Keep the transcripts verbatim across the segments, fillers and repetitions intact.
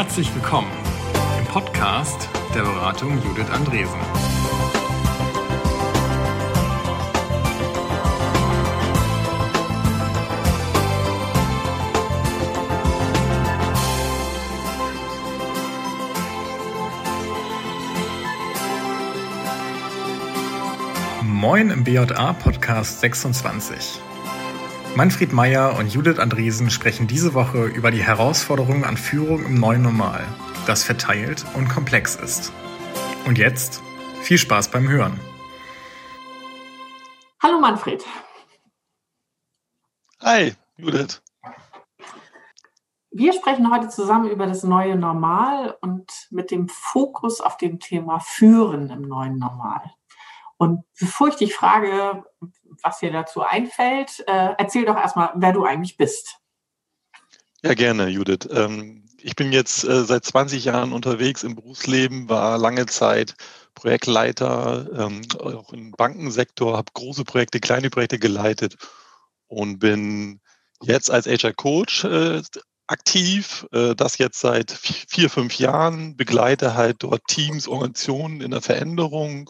Herzlich willkommen im Podcast der Beratung Judith Andresen. Moin im B J A-Podcast sechsundzwanzig. Manfred Meyer und Judith Andresen sprechen diese Woche über die Herausforderungen an Führung im neuen Normal, das verteilt und komplex ist. Und jetzt viel Spaß beim Hören. Hallo Manfred. Hi Judith. Wir sprechen heute zusammen über das neue Normal und mit dem Fokus auf dem Thema Führen im neuen Normal. Und bevor ich dich frage, was dir dazu einfällt, äh, erzähl doch erstmal, wer du eigentlich bist. Ja, gerne, Judith. Ähm, ich bin jetzt äh, seit zwanzig Jahren unterwegs im Berufsleben, war lange Zeit Projektleiter, ähm, auch im Bankensektor, habe große Projekte, kleine Projekte geleitet und bin jetzt als H R-Coach äh, aktiv, äh, das jetzt seit vier, fünf Jahren, begleite halt dort Teams, Organisationen in der Veränderung.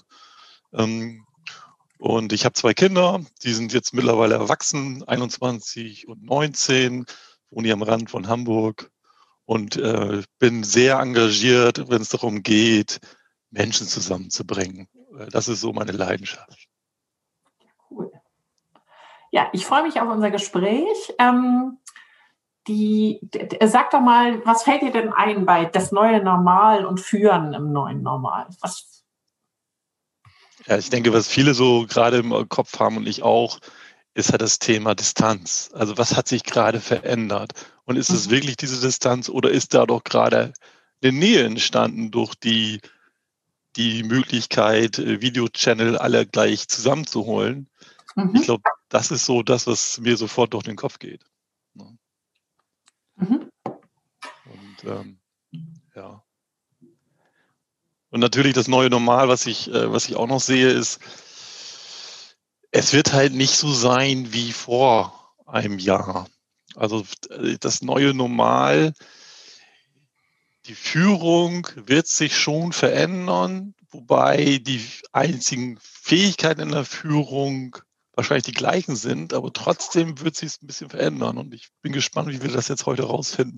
Und ich habe zwei Kinder, die sind jetzt mittlerweile erwachsen, einundzwanzig und neunzehn, wohne hier am Rand von Hamburg und äh, bin sehr engagiert, wenn es darum geht, Menschen zusammenzubringen. Das ist so meine Leidenschaft. Cool. Ja, ich freue mich auf unser Gespräch. Ähm, die, d- d- sag doch mal, was fällt dir denn ein bei das neue Normal und Führen im neuen Normal? Was Ja, ich denke, was viele so gerade im Kopf haben und ich auch, ist halt das Thema Distanz. Also was hat sich gerade verändert? Und ist es Mhm. wirklich diese Distanz oder ist da doch gerade eine Nähe entstanden durch die, die Möglichkeit, äh, Videochannel alle gleich zusammenzuholen? Ich Mhm. glaube, das ist so das, was mir sofort durch den Kopf geht. Ne? Mhm. Und ähm, ja. Und natürlich das neue Normal, was ich, äh, was ich auch noch sehe, ist, es wird halt nicht so sein wie vor einem Jahr. Also äh, das neue Normal, die Führung wird sich schon verändern, wobei die einzigen Fähigkeiten in der Führung wahrscheinlich die gleichen sind, aber trotzdem wird sich es ein bisschen verändern. Und ich bin gespannt, wie wir das jetzt heute rausfinden.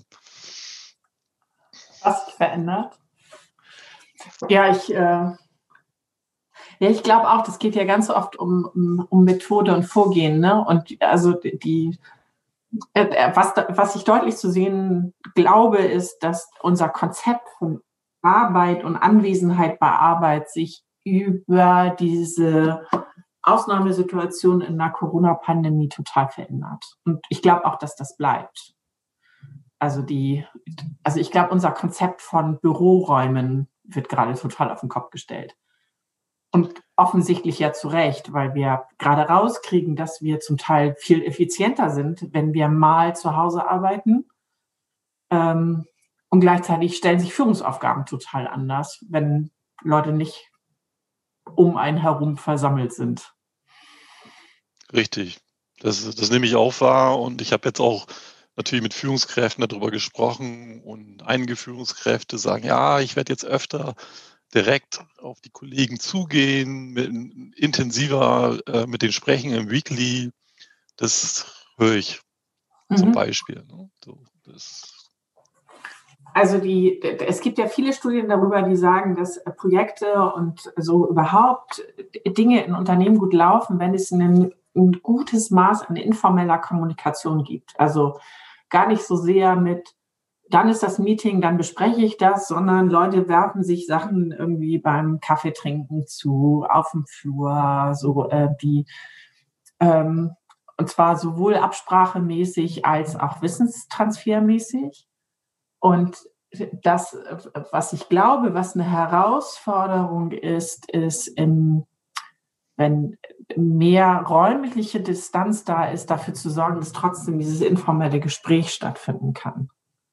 Was sich verändert? Ja, ich, äh, ja, ich glaube auch, das geht ja ganz oft um, um, um Methode und Vorgehen, ne? Und also die, äh, äh, was, da, was ich deutlich zu sehen glaube, ist, dass unser Konzept von Arbeit und Anwesenheit bei Arbeit sich über diese Ausnahmesituation in der Corona-Pandemie total verändert. Und ich glaube auch, dass das bleibt. Also die, also ich glaube, unser Konzept von Büroräumen wird gerade total auf den Kopf gestellt. Und offensichtlich ja zu Recht, weil wir gerade rauskriegen, dass wir zum Teil viel effizienter sind, wenn wir mal zu Hause arbeiten. Ähm, und gleichzeitig stellen sich Führungsaufgaben total anders, wenn Leute nicht um einen herum versammelt sind. Richtig. Das, das nehme ich auch wahr und ich habe jetzt auch natürlich mit Führungskräften darüber gesprochen und einige Führungskräfte sagen, ja, ich werde jetzt öfter direkt auf die Kollegen zugehen, mit, intensiver äh, mit denen sprechen im Weekly. Das höre ich zum Mhm. Beispiel. Ne? So, das, Also die, es gibt ja viele Studien darüber, die sagen, dass Projekte und so überhaupt Dinge in Unternehmen gut laufen, wenn es ein, ein gutes Maß an informeller Kommunikation gibt. Also gar nicht so sehr mit, dann ist das Meeting, dann bespreche ich das, sondern Leute werfen sich Sachen irgendwie beim Kaffeetrinken zu, auf dem Flur, so äh, die, ähm, und zwar sowohl absprachemäßig als auch wissenstransfermäßig. Und das, was ich glaube, was eine Herausforderung ist, ist, in, wenn mehr räumliche Distanz da ist, dafür zu sorgen, dass trotzdem dieses informelle Gespräch stattfinden kann.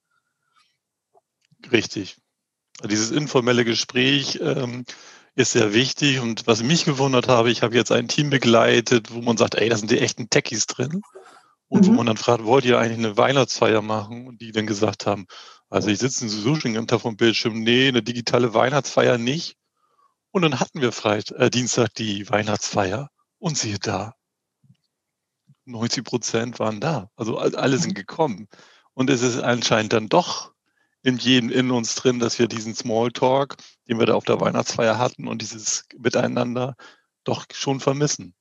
richtig. Dieses informelle Gespräch ähm, ist sehr wichtig und was mich gewundert habe, ich habe jetzt ein Team begleitet, wo man sagt, ey, da sind die echten Techies drin und mhm. wo man dann fragt, wollt ihr eigentlich eine Weihnachtsfeier machen? Und die dann gesagt haben, Also ich sitze sowieso schon den ganzen Tag vom Bildschirm. Nee, eine digitale Weihnachtsfeier nicht. Und dann hatten wir Freit äh, Dienstag die Weihnachtsfeier. Und siehe da, neunzig Prozent waren da. Also alle sind gekommen. Und es ist anscheinend dann doch in jedem in uns drin, dass wir diesen Smalltalk, den wir da auf der Weihnachtsfeier hatten und dieses Miteinander doch schon vermissen.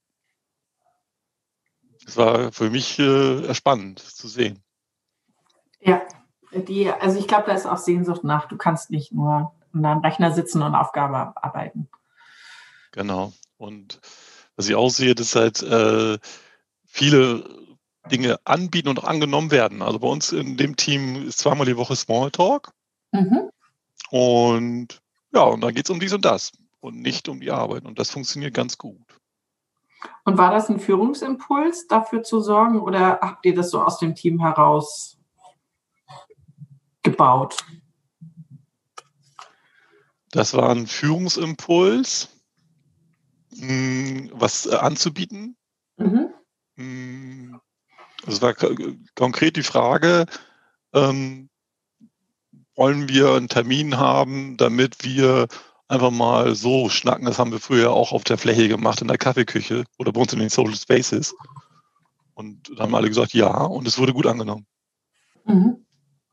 Es war für mich äh, spannend zu sehen. Ja, die, also ich glaube, da ist auch Sehnsucht nach. Du kannst nicht nur an deinem Rechner sitzen und Aufgabe arbeiten. Genau. Und was ich auch sehe, dass halt äh, viele Dinge anbieten und auch angenommen werden. Also bei uns in dem Team ist zweimal die Woche Smalltalk. Mhm. Und ja, und dann geht es um dies und das und nicht um die Arbeit. Und das funktioniert ganz gut. Und war das ein Führungsimpuls, dafür zu sorgen, oder habt ihr das so aus dem Team heraus gebaut? Das war ein Führungsimpuls, was anzubieten. Mhm. Das war konkret die Frage, ähm, wollen wir einen Termin haben, damit wir einfach mal so schnacken. Das haben wir früher auch auf der Fläche gemacht, in der Kaffeeküche oder bei uns in den Social Spaces. Und da haben alle gesagt, ja, und es wurde gut angenommen. Mhm.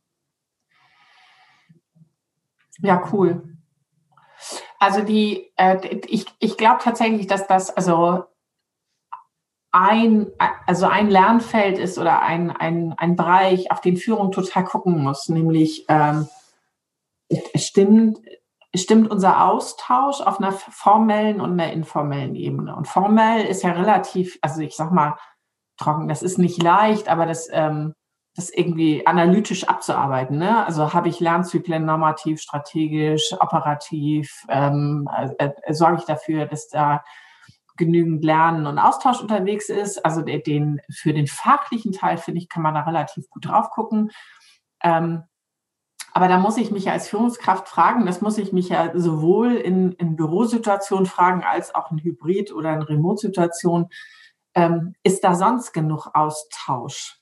Ja, cool. Also die, äh, ich, ich glaube tatsächlich, dass das also ein, also ein Lernfeld ist oder ein, ein, ein Bereich, auf den Führung total gucken muss, nämlich ähm, stimmt, stimmt unser Austausch auf einer formellen und einer informellen Ebene. Und formell ist ja relativ, also ich sag mal, trocken, das ist nicht leicht, aber das, ähm, das irgendwie analytisch abzuarbeiten. Ne? Also habe ich Lernzyklen normativ, strategisch, operativ, ähm, äh, äh, sorge ich dafür, dass da genügend Lernen und Austausch unterwegs ist. Also den, für den fachlichen Teil, finde ich, kann man da relativ gut drauf gucken. Ähm, aber da muss ich mich ja als Führungskraft fragen, das muss ich mich ja sowohl in, in Bürosituationen fragen, als auch in Hybrid- oder in Remote-Situationen. Ähm, ist da sonst genug Austausch?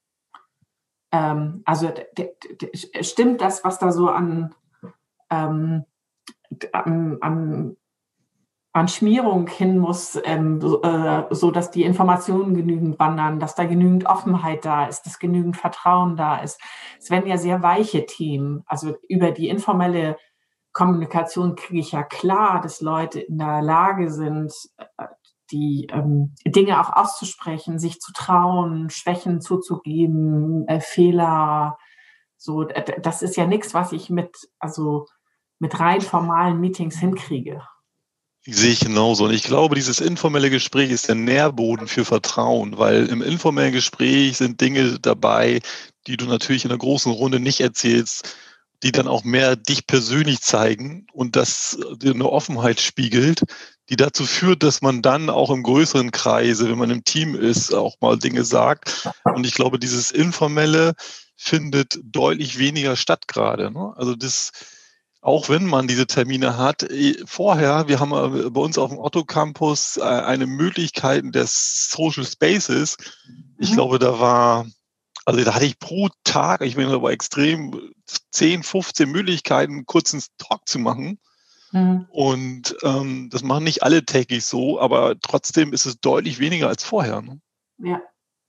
Ähm, also d- d- d- stimmt das, was da so an, ähm, an, an an Schmierung hin muss, ähm, so, äh, so dass die Informationen genügend wandern, dass da genügend Offenheit da ist, dass genügend Vertrauen da ist. Es werden ja sehr weiche Themen. Also über die informelle Kommunikation kriege ich ja klar, dass Leute in der Lage sind, die ähm, Dinge auch auszusprechen, sich zu trauen, Schwächen zuzugeben, äh, Fehler. So, das ist ja nichts, was ich mit, also mit rein formalen Meetings hinkriege. Sehe ich genauso. Und ich glaube, dieses informelle Gespräch ist der Nährboden für Vertrauen, weil im informellen Gespräch sind Dinge dabei, die du natürlich in einer großen Runde nicht erzählst, die dann auch mehr dich persönlich zeigen und das dir eine Offenheit spiegelt, die dazu führt, dass man dann auch im größeren Kreise, wenn man im Team ist, auch mal Dinge sagt. Und ich glaube, dieses Informelle findet deutlich weniger statt gerade. Ne? Also das Auch wenn man diese Termine hat, vorher, wir haben bei uns auf dem Otto Campus eine Möglichkeit des Social Spaces. Ich mhm. glaube, da war, also da hatte ich pro Tag, ich meine, da war extrem zehn, fünfzehn Möglichkeiten, einen kurzen Talk zu machen. Mhm. Und ähm, das machen nicht alle täglich so, aber trotzdem ist es deutlich weniger als vorher. Ne? Ja.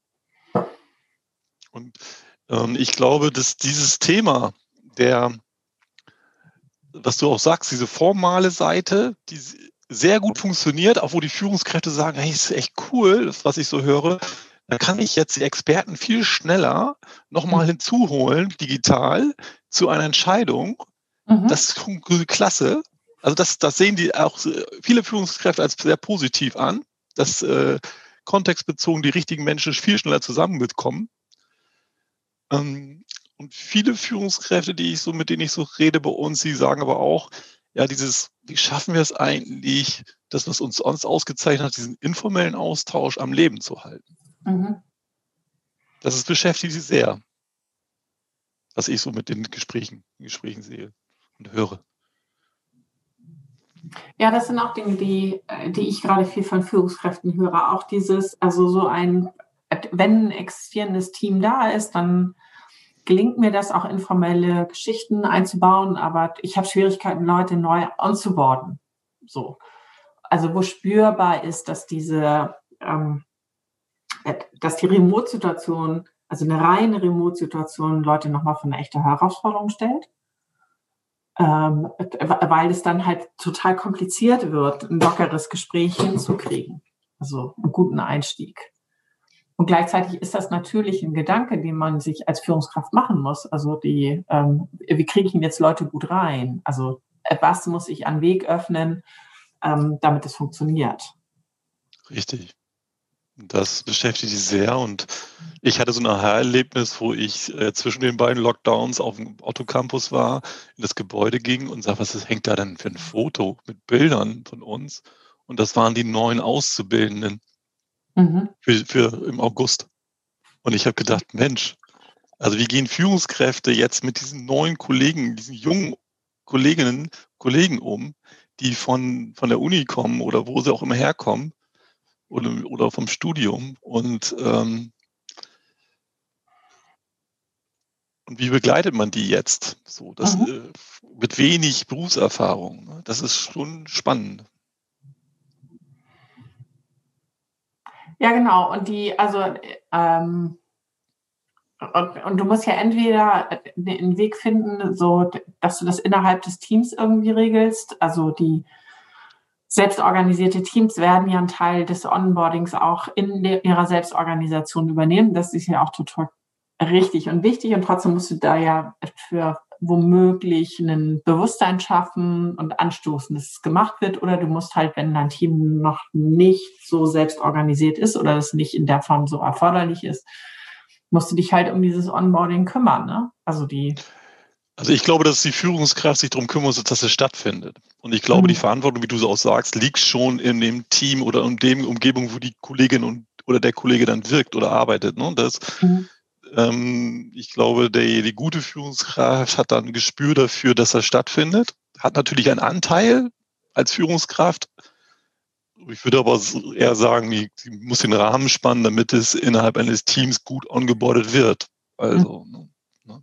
Und ähm, ich glaube, dass dieses Thema der was du auch sagst, diese formale Seite, die sehr gut funktioniert, auch wo die Führungskräfte sagen, hey, ist echt cool, das, was ich so höre, da kann ich jetzt die Experten viel schneller nochmal hinzuholen, digital, zu einer Entscheidung. Mhm. Das ist klasse. Also das, das sehen die auch viele Führungskräfte als sehr positiv an, dass äh, kontextbezogen die richtigen Menschen viel schneller zusammenkommen. Ähm, Und viele Führungskräfte, die ich so, mit denen ich so rede bei uns, die sagen aber auch, ja, dieses, wie schaffen wir es eigentlich, das, was uns sonst ausgezeichnet hat, diesen informellen Austausch am Leben zu halten. Mhm. Das ist, beschäftigt sie sehr, was ich so mit den Gesprächen, Gesprächen sehe und höre. Ja, das sind auch Dinge, die, die ich gerade viel von Führungskräften höre. Auch dieses, also so ein, wenn ein existierendes Team da ist, dann gelingt mir das auch, informelle Geschichten einzubauen, aber ich habe Schwierigkeiten, Leute neu onzuboarden. So. Also wo spürbar ist, dass diese, ähm, dass die Remote-Situation, also eine reine Remote-Situation, Leute nochmal vor eine echte Herausforderung stellt. Ähm, weil es dann halt total kompliziert wird, ein lockeres Gespräch hinzukriegen. Also einen guten Einstieg. Und gleichzeitig ist das natürlich ein Gedanke, den man sich als Führungskraft machen muss. Also die, ähm, wie kriege ich denn jetzt Leute gut rein? Also was muss ich an Weg öffnen, ähm, damit es funktioniert? Richtig. Das beschäftigt dich sehr und ich hatte so ein Aha-Erlebnis, wo ich äh, zwischen den beiden Lockdowns auf dem Otto-Campus war, in das Gebäude ging und sag, was ist, hängt da denn für ein Foto mit Bildern von uns? Und das waren die neuen Auszubildenden mhm. für, für im August. Und ich habe gedacht, Mensch, also wie gehen Führungskräfte jetzt mit diesen neuen Kollegen, diesen jungen Kolleginnen, Kollegen um, die von, von der Uni kommen oder wo sie auch immer herkommen, Oder, oder vom Studium und, ähm, und wie begleitet man die jetzt? So, das mhm. äh, mit wenig Berufserfahrung. Ne? Das ist schon spannend. Ja, genau. Und die, also ähm, und, und du musst ja entweder einen Weg finden, so dass du das innerhalb des Teams irgendwie regelst. Also die selbstorganisierte Teams werden ja einen Teil des Onboardings auch in de- ihrer Selbstorganisation übernehmen. Das ist ja auch total richtig und wichtig. Und trotzdem musst du da ja für womöglich ein Bewusstsein schaffen und anstoßen, dass es gemacht wird. Oder du musst halt, wenn dein Team noch nicht so selbstorganisiert ist oder das nicht in der Form so erforderlich ist, musst du dich halt um dieses Onboarding kümmern. Ne? Also die Also ich glaube, dass die Führungskraft sich darum kümmern muss, dass es stattfindet. Und ich glaube, mhm. die Verantwortung, wie du es auch sagst, liegt schon in dem Team oder in dem Umgebung, wo die Kollegin und, oder der Kollege dann wirkt oder arbeitet. Ne? Das, mhm. ähm, ich glaube, der, die gute Führungskraft hat dann ein Gespür dafür, dass das stattfindet. Hat natürlich einen Anteil als Führungskraft. Ich würde aber eher sagen, die, die muss den Rahmen spannen, damit es innerhalb eines Teams gut ongeboardet wird. Also, mhm. ne?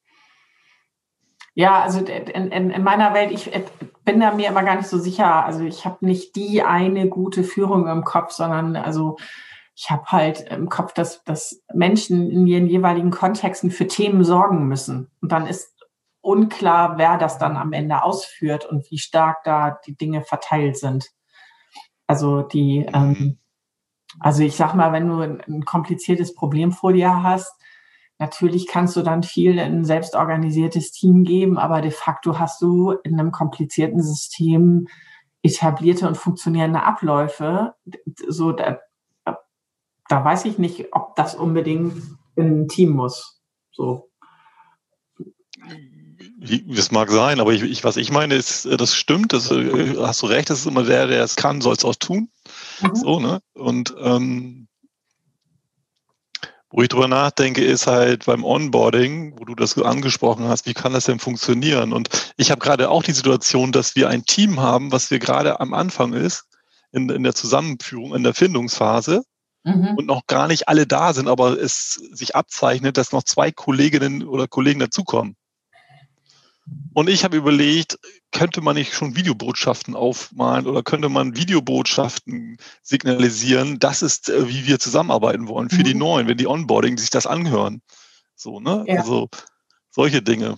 Ja, also in, in, in meiner Welt, ich bin da mir immer gar nicht so sicher. Also ich habe nicht die eine gute Führung im Kopf, sondern also ich habe halt im Kopf, dass, dass Menschen in ihren jeweiligen Kontexten für Themen sorgen müssen. Und dann ist unklar, wer das dann am Ende ausführt und wie stark da die Dinge verteilt sind. Also die, ähm, also ich sag mal, wenn du ein, ein kompliziertes Problem vor dir hast, natürlich kannst du dann viel in ein selbstorganisiertes Team geben, aber de facto hast du in einem komplizierten System etablierte und funktionierende Abläufe. So, da, da weiß ich nicht, ob das unbedingt in ein Team muss. So. Das mag sein, aber ich, ich, was ich meine ist, das stimmt, das äh, hast du recht, das ist immer der, der es kann, soll es auch tun. Mhm. So, ne? Und ähm, wo ich drüber nachdenke, ist halt beim Onboarding, wo du das angesprochen hast, wie kann das denn funktionieren? Und ich habe gerade auch die Situation, dass wir ein Team haben, was wir gerade am Anfang ist, in, in der Zusammenführung, in der Findungsphase mhm. und noch gar nicht alle da sind, aber es sich abzeichnet, dass noch zwei Kolleginnen oder Kollegen dazukommen. Und ich habe überlegt, könnte man nicht schon Videobotschaften aufmalen oder könnte man Videobotschaften signalisieren, das ist, wie wir zusammenarbeiten wollen für mhm. die Neuen, wenn die Onboarding sich das anhören. So, ne? Ja. Also solche Dinge.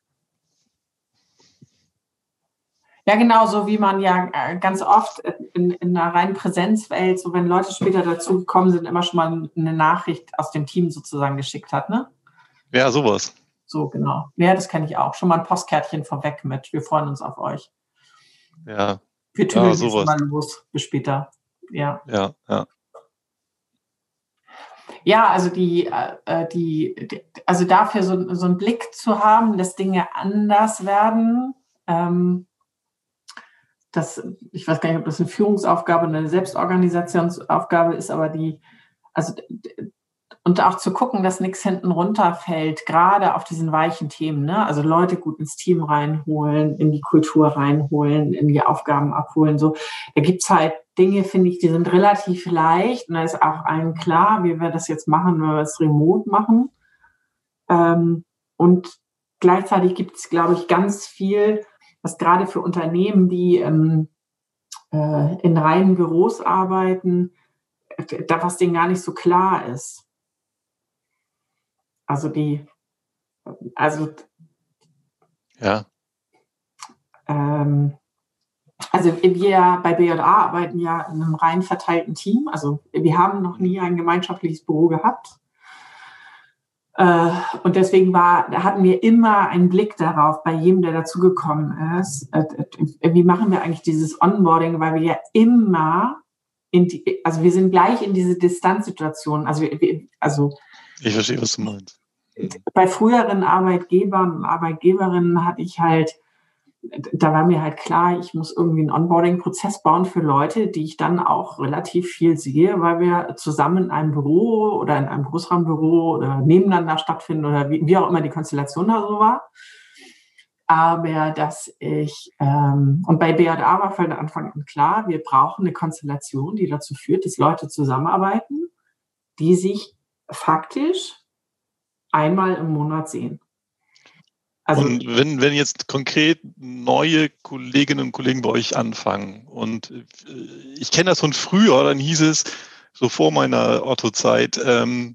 Ja, genau, so wie man ja ganz oft in, in einer reinen Präsenzwelt, so wenn Leute später dazu gekommen sind, immer schon mal eine Nachricht aus dem Team sozusagen geschickt hat, ne? Ja, sowas. So, genau. Ja, das kenne ich auch. Schon mal ein Postkärtchen vorweg mit. Wir freuen uns auf euch. Ja. Wir tüdeln ja, jetzt mal los. Bis später. Ja. Ja, ja. Ja, also die, äh, die, die, also dafür so, so einen Blick zu haben, dass Dinge anders werden, ähm, das, ich weiß gar nicht, ob das eine Führungsaufgabe oder eine Selbstorganisationsaufgabe ist, aber die, also und auch zu gucken, dass nichts hinten runterfällt, gerade auf diesen weichen Themen, ne? Also Leute gut ins Team reinholen, in die Kultur reinholen, in die Aufgaben abholen, so. Da gibt's halt Dinge, finde ich, die sind relativ leicht und da ist auch allen klar, wie wir das jetzt machen, wenn wir es remote machen. Ähm, und gleichzeitig gibt es, glaube ich, ganz viel, was gerade für Unternehmen, die ähm, äh, in reinen Büros arbeiten, da was denen gar nicht so klar ist. Also die, also Ja. ähm, also wir bei B J A arbeiten ja in einem rein verteilten Team. Also wir haben noch nie ein gemeinschaftliches Büro gehabt. Äh, und deswegen war, hatten wir immer einen Blick darauf, bei jedem, der dazugekommen ist, äh, äh, wie machen wir eigentlich dieses Onboarding, weil wir ja immer in die, also wir sind gleich in diese Distanzsituation. Also, wir, also Ich verstehe, was du meinst. Bei früheren Arbeitgebern und Arbeitgeberinnen hatte ich halt, da war mir halt klar, ich muss irgendwie einen Onboarding-Prozess bauen für Leute, die ich dann auch relativ viel sehe, weil wir zusammen in einem Büro oder in einem Großraumbüro oder nebeneinander stattfinden oder wie, wie auch immer die Konstellation da so war. Aber dass ich, ähm, und bei B J A war von Anfang an klar, wir brauchen eine Konstellation, die dazu führt, dass Leute zusammenarbeiten, die sich faktisch einmal im Monat sehen. Also, und wenn, wenn jetzt konkret neue Kolleginnen und Kollegen bei euch anfangen und ich kenne das von früher, dann hieß es, so vor meiner Otto-Zeit, ähm,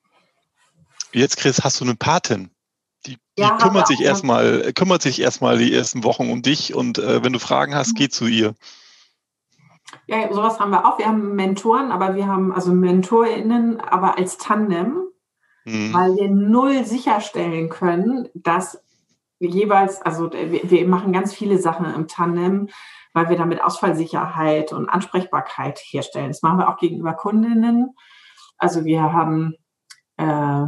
jetzt Chris, hast du eine Patin. Die, die ja, kümmert sich erstmal, kümmert sich erstmal die ersten Wochen um dich und äh, wenn du Fragen hast, geh zu ihr. Ja, sowas haben wir auch. Wir haben Mentoren, aber wir haben also MentorInnen, aber als Tandem, hm. weil wir null sicherstellen können, dass jeweils, also wir, wir machen ganz viele Sachen im Tandem, weil wir damit Ausfallsicherheit und Ansprechbarkeit herstellen. Das machen wir auch gegenüber Kundinnen. Also wir haben äh,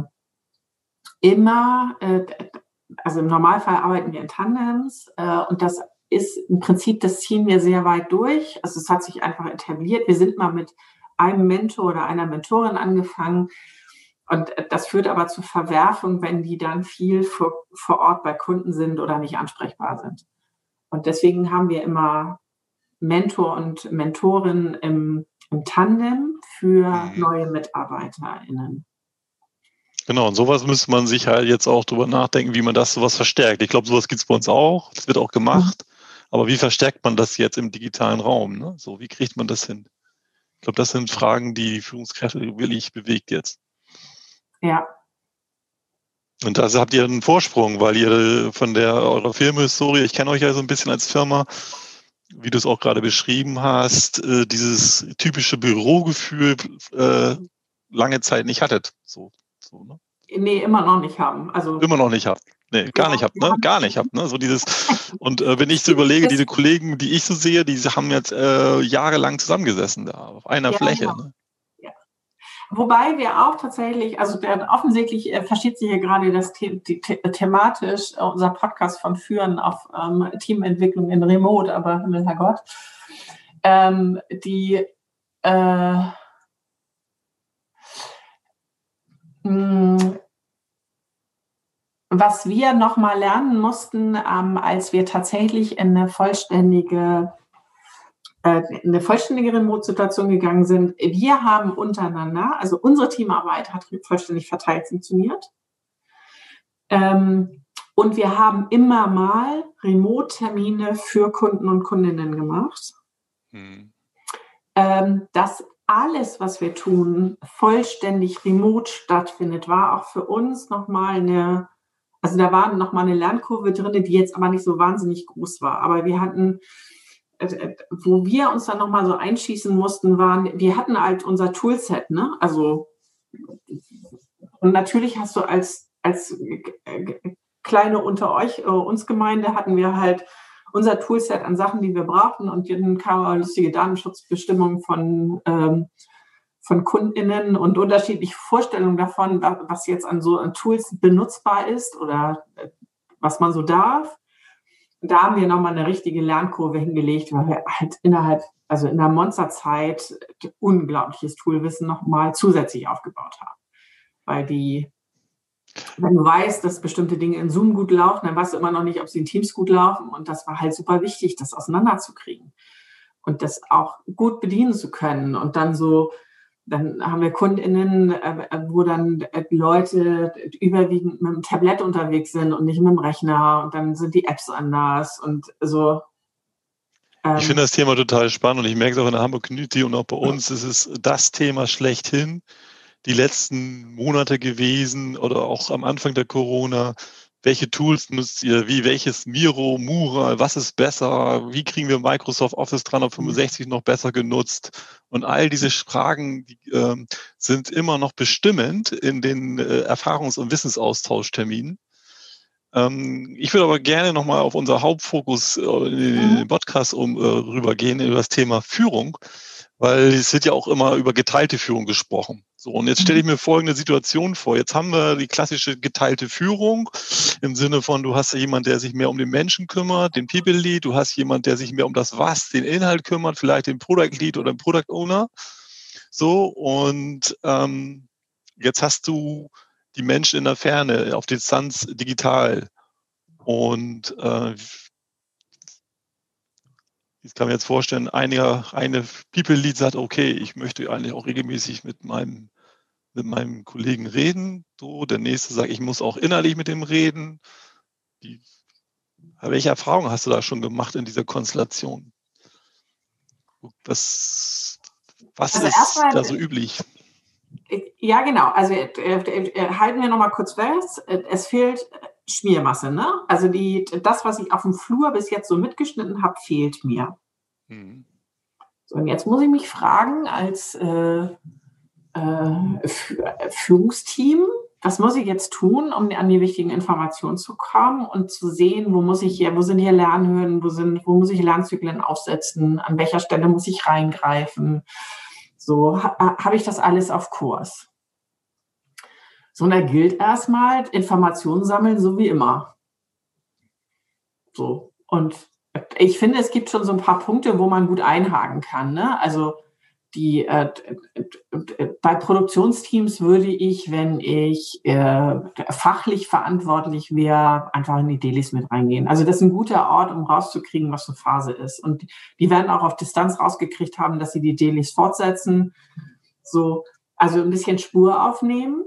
immer, äh, also im Normalfall arbeiten wir in Tandems äh, und das ist im Prinzip, das ziehen wir sehr weit durch. Also es hat sich einfach etabliert. Wir sind mal mit einem Mentor oder einer Mentorin angefangen. Und das führt aber zu Verwerfung, wenn die dann viel vor, vor Ort bei Kunden sind oder nicht ansprechbar sind. Und deswegen haben wir immer Mentor und Mentorin im, im Tandem für mhm. neue MitarbeiterInnen. Genau, und sowas müsste man sich halt jetzt auch drüber nachdenken, wie man das sowas verstärkt. Ich glaube, sowas gibt es bei uns auch, das wird auch gemacht. Mhm. Aber wie verstärkt man das jetzt im digitalen Raum? Ne? So, wie kriegt man das hin? Ich glaube, das sind Fragen, die die Führungskräfte wirklich bewegt jetzt. Ja. Und da habt ihr einen Vorsprung, weil ihr von der eurer Firmenhistorie, ich kenne euch ja so ein bisschen als Firma, wie du es auch gerade beschrieben hast, äh, dieses typische Bürogefühl äh, lange Zeit nicht hattet. So, so, ne? Nee, immer noch nicht haben. Also immer noch nicht habt. Nee, gar ja, nicht habt, ne? Gar nicht habt, ne? So dieses, und äh, wenn ich so überlege, diese Kollegen, die ich so sehe, die haben jetzt äh, jahrelang zusammengesessen da, auf einer ja, Fläche. Ja. Ne? Ja. Wobei wir auch tatsächlich, also der, offensichtlich äh, versteht sich hier gerade das The- die, the- thematisch äh, unser Podcast von Führen auf ähm, Teamentwicklung in Remote, aber Himmel, Herrgott. Ähm, die äh, mh, was wir nochmal lernen mussten, ähm, als wir tatsächlich in eine vollständige, äh, in eine vollständige Remote-Situation gegangen sind, wir haben untereinander, also unsere Teamarbeit hat vollständig verteilt funktioniert. Ähm, und wir haben immer mal Remote-Termine für Kunden und Kundinnen gemacht. Hm. Ähm, das alles, was wir tun, vollständig remote stattfindet, war auch für uns nochmal eine, also da war nochmal eine Lernkurve drin, die jetzt aber nicht so wahnsinnig groß war. Aber wir hatten, äh, wo wir uns dann nochmal so einschießen mussten, waren, wir hatten halt unser Toolset, ne? Also, und natürlich hast du als, als kleine unter euch, äh, uns Gemeinde, hatten wir halt unser Toolset an Sachen, die wir brauchten, und dann kamen lustige Datenschutzbestimmungen von, ähm, von KundInnen und unterschiedliche Vorstellungen davon, was jetzt an so an Tools benutzbar ist oder was man so darf. Und da haben wir nochmal eine richtige Lernkurve hingelegt, weil wir halt innerhalb, also in der Monsterzeit, unglaubliches Toolwissen nochmal zusätzlich aufgebaut haben. Weil die, wenn du weißt, dass bestimmte Dinge in Zoom gut laufen, dann weißt du immer noch nicht, ob sie in Teams gut laufen. Und das war halt super wichtig, das auseinanderzukriegen und das auch gut bedienen zu können. Und dann so dann haben wir KundInnen, äh, wo dann äh, Leute überwiegend mit dem Tablet unterwegs sind und nicht mit dem Rechner und dann sind die Apps anders und so. Ich finde das Thema total spannend und ich merke es auch in der Hamburg Community und auch bei uns ist es das Thema schlechthin die letzten Monate gewesen oder auch am Anfang der Corona. Welche Tools nutzt ihr? Wie, welches Miro, Mural, was ist besser? Wie kriegen wir Microsoft Office dreihundertfünfundsechzig noch besser genutzt? Und all diese Fragen die, äh, sind immer noch bestimmend in den äh, Erfahrungs- und Wissensaustauschterminen. Ich würde aber gerne nochmal auf unser Hauptfokus in den Podcast um, äh, rübergehen, über das Thema Führung, weil es wird ja auch immer über geteilte Führung gesprochen. So, und jetzt stelle ich mir folgende Situation vor. Jetzt haben wir die klassische geteilte Führung im Sinne von, du hast jemanden, der sich mehr um den Menschen kümmert, den People Lead, du hast jemanden, der sich mehr um das Was, den Inhalt kümmert, vielleicht den Product Lead oder den Product Owner. So, und ähm, jetzt hast du die Menschen in der Ferne, auf Distanz, digital. Und äh, ich kann mir jetzt vorstellen, eine, eine People-Lead sagt, okay, ich möchte eigentlich auch regelmäßig mit meinem, mit meinem Kollegen reden. So, der nächste sagt, ich muss auch innerlich mit dem reden. Die, welche Erfahrungen hast du da schon gemacht in dieser Konstellation? Was, was also ist da so üblich? Ja, genau. Also äh, äh, halten wir noch mal kurz fest. Es fehlt Schmiermasse, ne? Also die, das, was ich auf dem Flur bis jetzt so mitgeschnitten habe, fehlt mir. Mhm. So, und jetzt muss ich mich fragen, als äh, äh, Führungsteam, was muss ich jetzt tun, um an die wichtigen Informationen zu kommen und zu sehen, wo muss ich hier, wo sind hier Lernhürden, wo sind, wo muss ich Lernzyklen aufsetzen, an welcher Stelle muss ich reingreifen? So, ha, habe ich das alles auf Kurs? So, und da gilt erstmal, Informationen sammeln, so wie immer. So, und ich finde, es gibt schon so ein paar Punkte, wo man gut einhaken kann, ne? Also, die, äh, bei Produktionsteams würde ich, wenn ich äh, fachlich verantwortlich wäre, einfach in die Dailies mit reingehen. Also das ist ein guter Ort, um rauszukriegen, was eine Phase ist. Und die werden auch auf Distanz rausgekriegt haben, dass sie die Dailies fortsetzen. So, also ein bisschen Spur aufnehmen.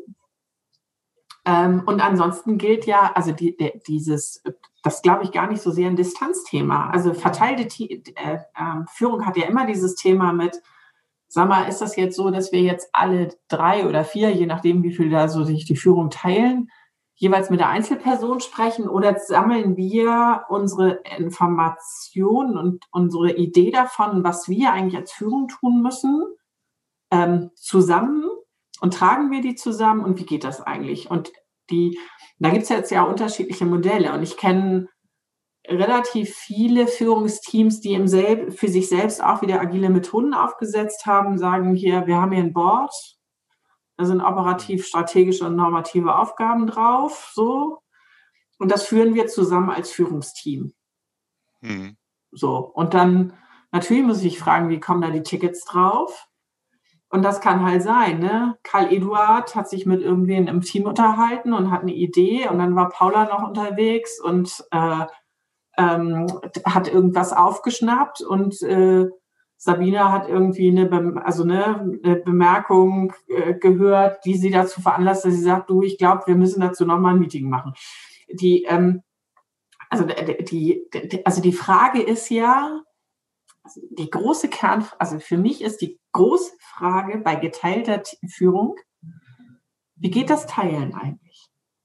Ähm, und ansonsten gilt ja, also die, die, dieses, das glaube ich gar nicht so sehr ein Distanzthema. Also verteilte äh, äh, Führung hat ja immer dieses Thema mit, sag mal, ist das jetzt so, dass wir jetzt alle drei oder vier, je nachdem, wie viel da so sich die Führung teilen, jeweils mit der Einzelperson sprechen oder sammeln wir unsere Informationen und unsere Idee davon, was wir eigentlich als Führung tun müssen, ähm, zusammen und tragen wir die zusammen und wie geht das eigentlich? Und die, da gibt es jetzt ja unterschiedliche Modelle und ich kenne relativ viele Führungsteams, die im selb, für sich selbst auch wieder agile Methoden aufgesetzt haben, sagen hier, wir haben hier ein Board, da sind operativ, strategische und normative Aufgaben drauf, so. Und das führen wir zusammen als Führungsteam. Mhm. So. Und dann, natürlich muss ich fragen, wie kommen da die Tickets drauf? Und das kann halt sein, ne? Karl Eduard hat sich mit irgendwen im Team unterhalten und hat eine Idee und dann war Paula noch unterwegs und äh, Ähm, hat irgendwas aufgeschnappt und äh, Sabina hat irgendwie eine, Be- also eine, eine Bemerkung äh, gehört, die sie dazu veranlasst, dass sie sagt, du, ich glaube, wir müssen dazu nochmal ein Meeting machen. Die, ähm, also, die, die, also die Frage ist ja, also die große Kern, also für mich ist die große Frage bei geteilter Führung, wie geht das Teilen eigentlich?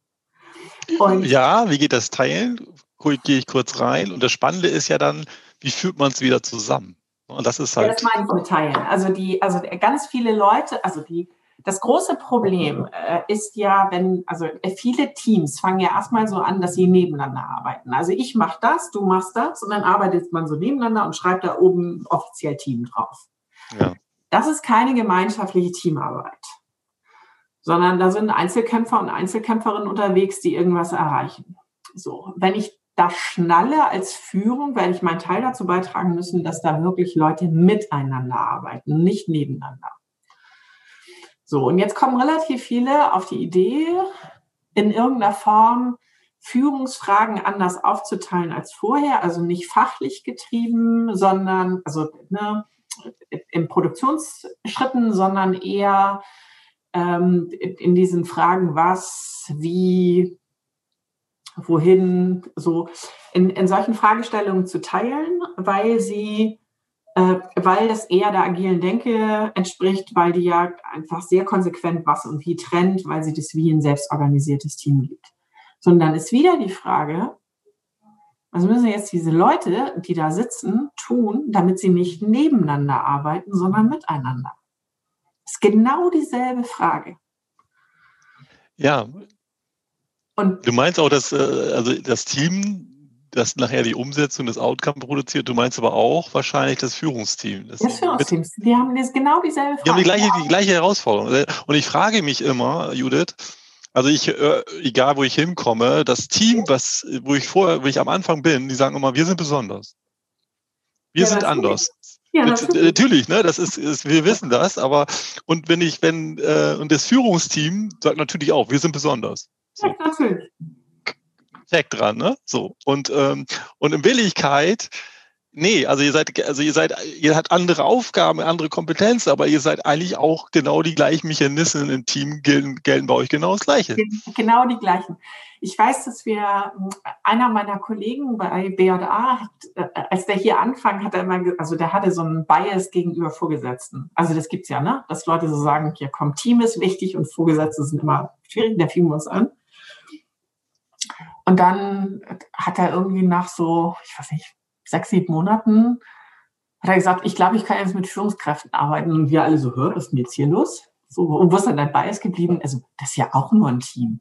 Und ja, wie geht das Teilen? Gehe ich kurz rein. Und das Spannende ist ja dann, wie führt man es wieder zusammen? Und das ist halt. Ja, das meine ich mit Teilen. Also die, also ganz viele Leute, also die, das große Problem äh, ist ja, wenn, also viele Teams fangen ja erstmal so an, dass sie nebeneinander arbeiten. Also ich mache das, du machst das und dann arbeitet man so nebeneinander und schreibt da oben offiziell Team drauf. Ja. Das ist keine gemeinschaftliche Teamarbeit, sondern da sind Einzelkämpfer und Einzelkämpferinnen unterwegs, die irgendwas erreichen. So, wenn ich das schnalle als Führung, werde ich meinen Teil dazu beitragen müssen, dass da wirklich Leute miteinander arbeiten, nicht nebeneinander. So, und jetzt kommen relativ viele auf die Idee, in irgendeiner Form Führungsfragen anders aufzuteilen als vorher, also nicht fachlich getrieben, sondern, also, ne, in Produktionsschritten, sondern eher ähm, in diesen Fragen, was, wie, wohin, so in, in solchen Fragestellungen zu teilen, weil sie, äh, weil das eher der agilen Denke entspricht, weil die ja einfach sehr konsequent was und wie trennt, weil sie das wie ein selbstorganisiertes Team gibt. Sondern ist wieder die Frage, was müssen jetzt diese Leute, die da sitzen, tun, damit sie nicht nebeneinander arbeiten, sondern miteinander? Das ist genau dieselbe Frage. Ja. Und du meinst auch, dass äh, also das Team, das nachher die Umsetzung des Outcome produziert, du meinst aber auch wahrscheinlich das Führungsteam. Das, das Führungsteam, die haben jetzt genau dieselbe Frage. Die haben die gleiche, die gleiche Herausforderung. Und ich frage mich immer, Judith, also ich, äh, egal wo ich hinkomme, das Team, was, wo ich vorher, wo ich am Anfang bin, die sagen immer, wir sind besonders. Wir Ja, sind natürlich. anders. Ja, natürlich. natürlich, ne, das ist, ist, wir wissen das, aber und wenn ich, wenn, äh, und das Führungsteam sagt natürlich auch, wir sind besonders. So. Ja, natürlich. Check dran, ne? So. Und, ähm, und in Willigkeit, nee, also ihr seid, also ihr seid, ihr habt andere Aufgaben, andere Kompetenzen, aber ihr seid eigentlich auch genau die gleichen Mechanismen im Team, gelten, gelten bei euch genau das Gleiche. Genau die gleichen. Ich weiß, dass wir, einer meiner Kollegen bei B J A, hat, als der hier anfang, hat er immer, also der hatte so einen Bias gegenüber Vorgesetzten. Also das gibt's ja, ne? Dass Leute so sagen, hier komm, Team ist wichtig und Vorgesetzte sind immer schwierig, der fiel uns an. Und dann hat er irgendwie nach so, ich weiß nicht, sechs, sieben Monaten, hat er gesagt, ich glaube, ich kann jetzt mit Führungskräften arbeiten. Und wir alle so, hör, was ist denn jetzt hier los? So, und wo ist dann dein Bias geblieben? Also, das ist ja auch nur ein Team.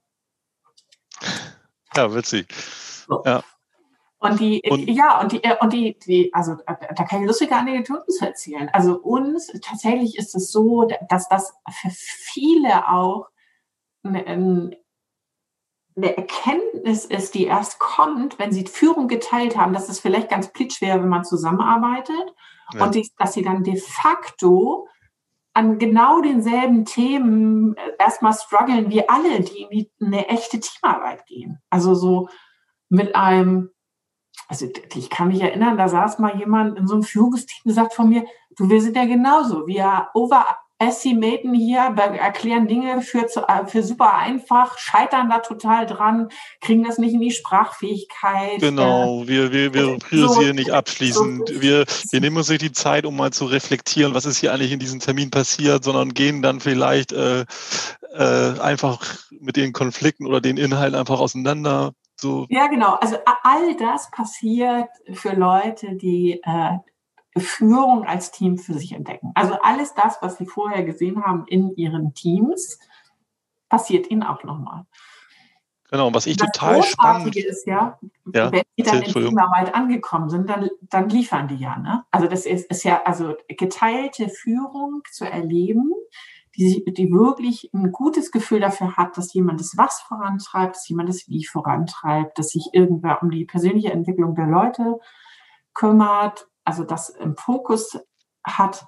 Ja, witzig. So. Ja. Und die, und, ja, und die, und die, die, also da kann ich lustige Anekdoten zu erzählen. Also uns, tatsächlich ist es so, dass das für viele auch ein eine Erkenntnis ist, die erst kommt, wenn sie Führung geteilt haben, dass es vielleicht ganz plitschschwer, wenn man zusammenarbeitet, ja. Und die, dass sie dann de facto an genau denselben Themen erstmal strugglen wie alle, die in eine echte Teamarbeit gehen. Also so mit einem, also ich kann mich erinnern, da saß mal jemand in so einem Führungsteam und sagt von mir, du, wir sind ja genauso, wir overestimaten hier, erklären Dinge für, für super einfach, scheitern da total dran, kriegen das nicht in die Sprachfähigkeit. Genau, äh, wir, wir, wir priorisieren so, nicht abschließend, so, wir, wir nehmen uns nicht die Zeit, um mal zu reflektieren, was ist hier eigentlich in diesem Termin passiert, sondern gehen dann vielleicht äh, äh, einfach mit den Konflikten oder den Inhalten einfach auseinander. So. Ja, genau. Also all das passiert für Leute, die äh, Führung als Team für sich entdecken. Also alles das, was sie vorher gesehen haben in ihren Teams, passiert ihnen auch nochmal. Genau, was ich das total spannend finde. ist ja, ja, wenn die dann in Teamarbeit angekommen sind, dann, dann liefern die ja. Ne? Also das ist, ist ja, also geteilte Führung zu erleben, die, die wirklich ein gutes Gefühl dafür hat, dass jemand das Was vorantreibt, dass jemand das Wie vorantreibt, dass sich irgendwer um die persönliche Entwicklung der Leute kümmert, also das im Fokus hat.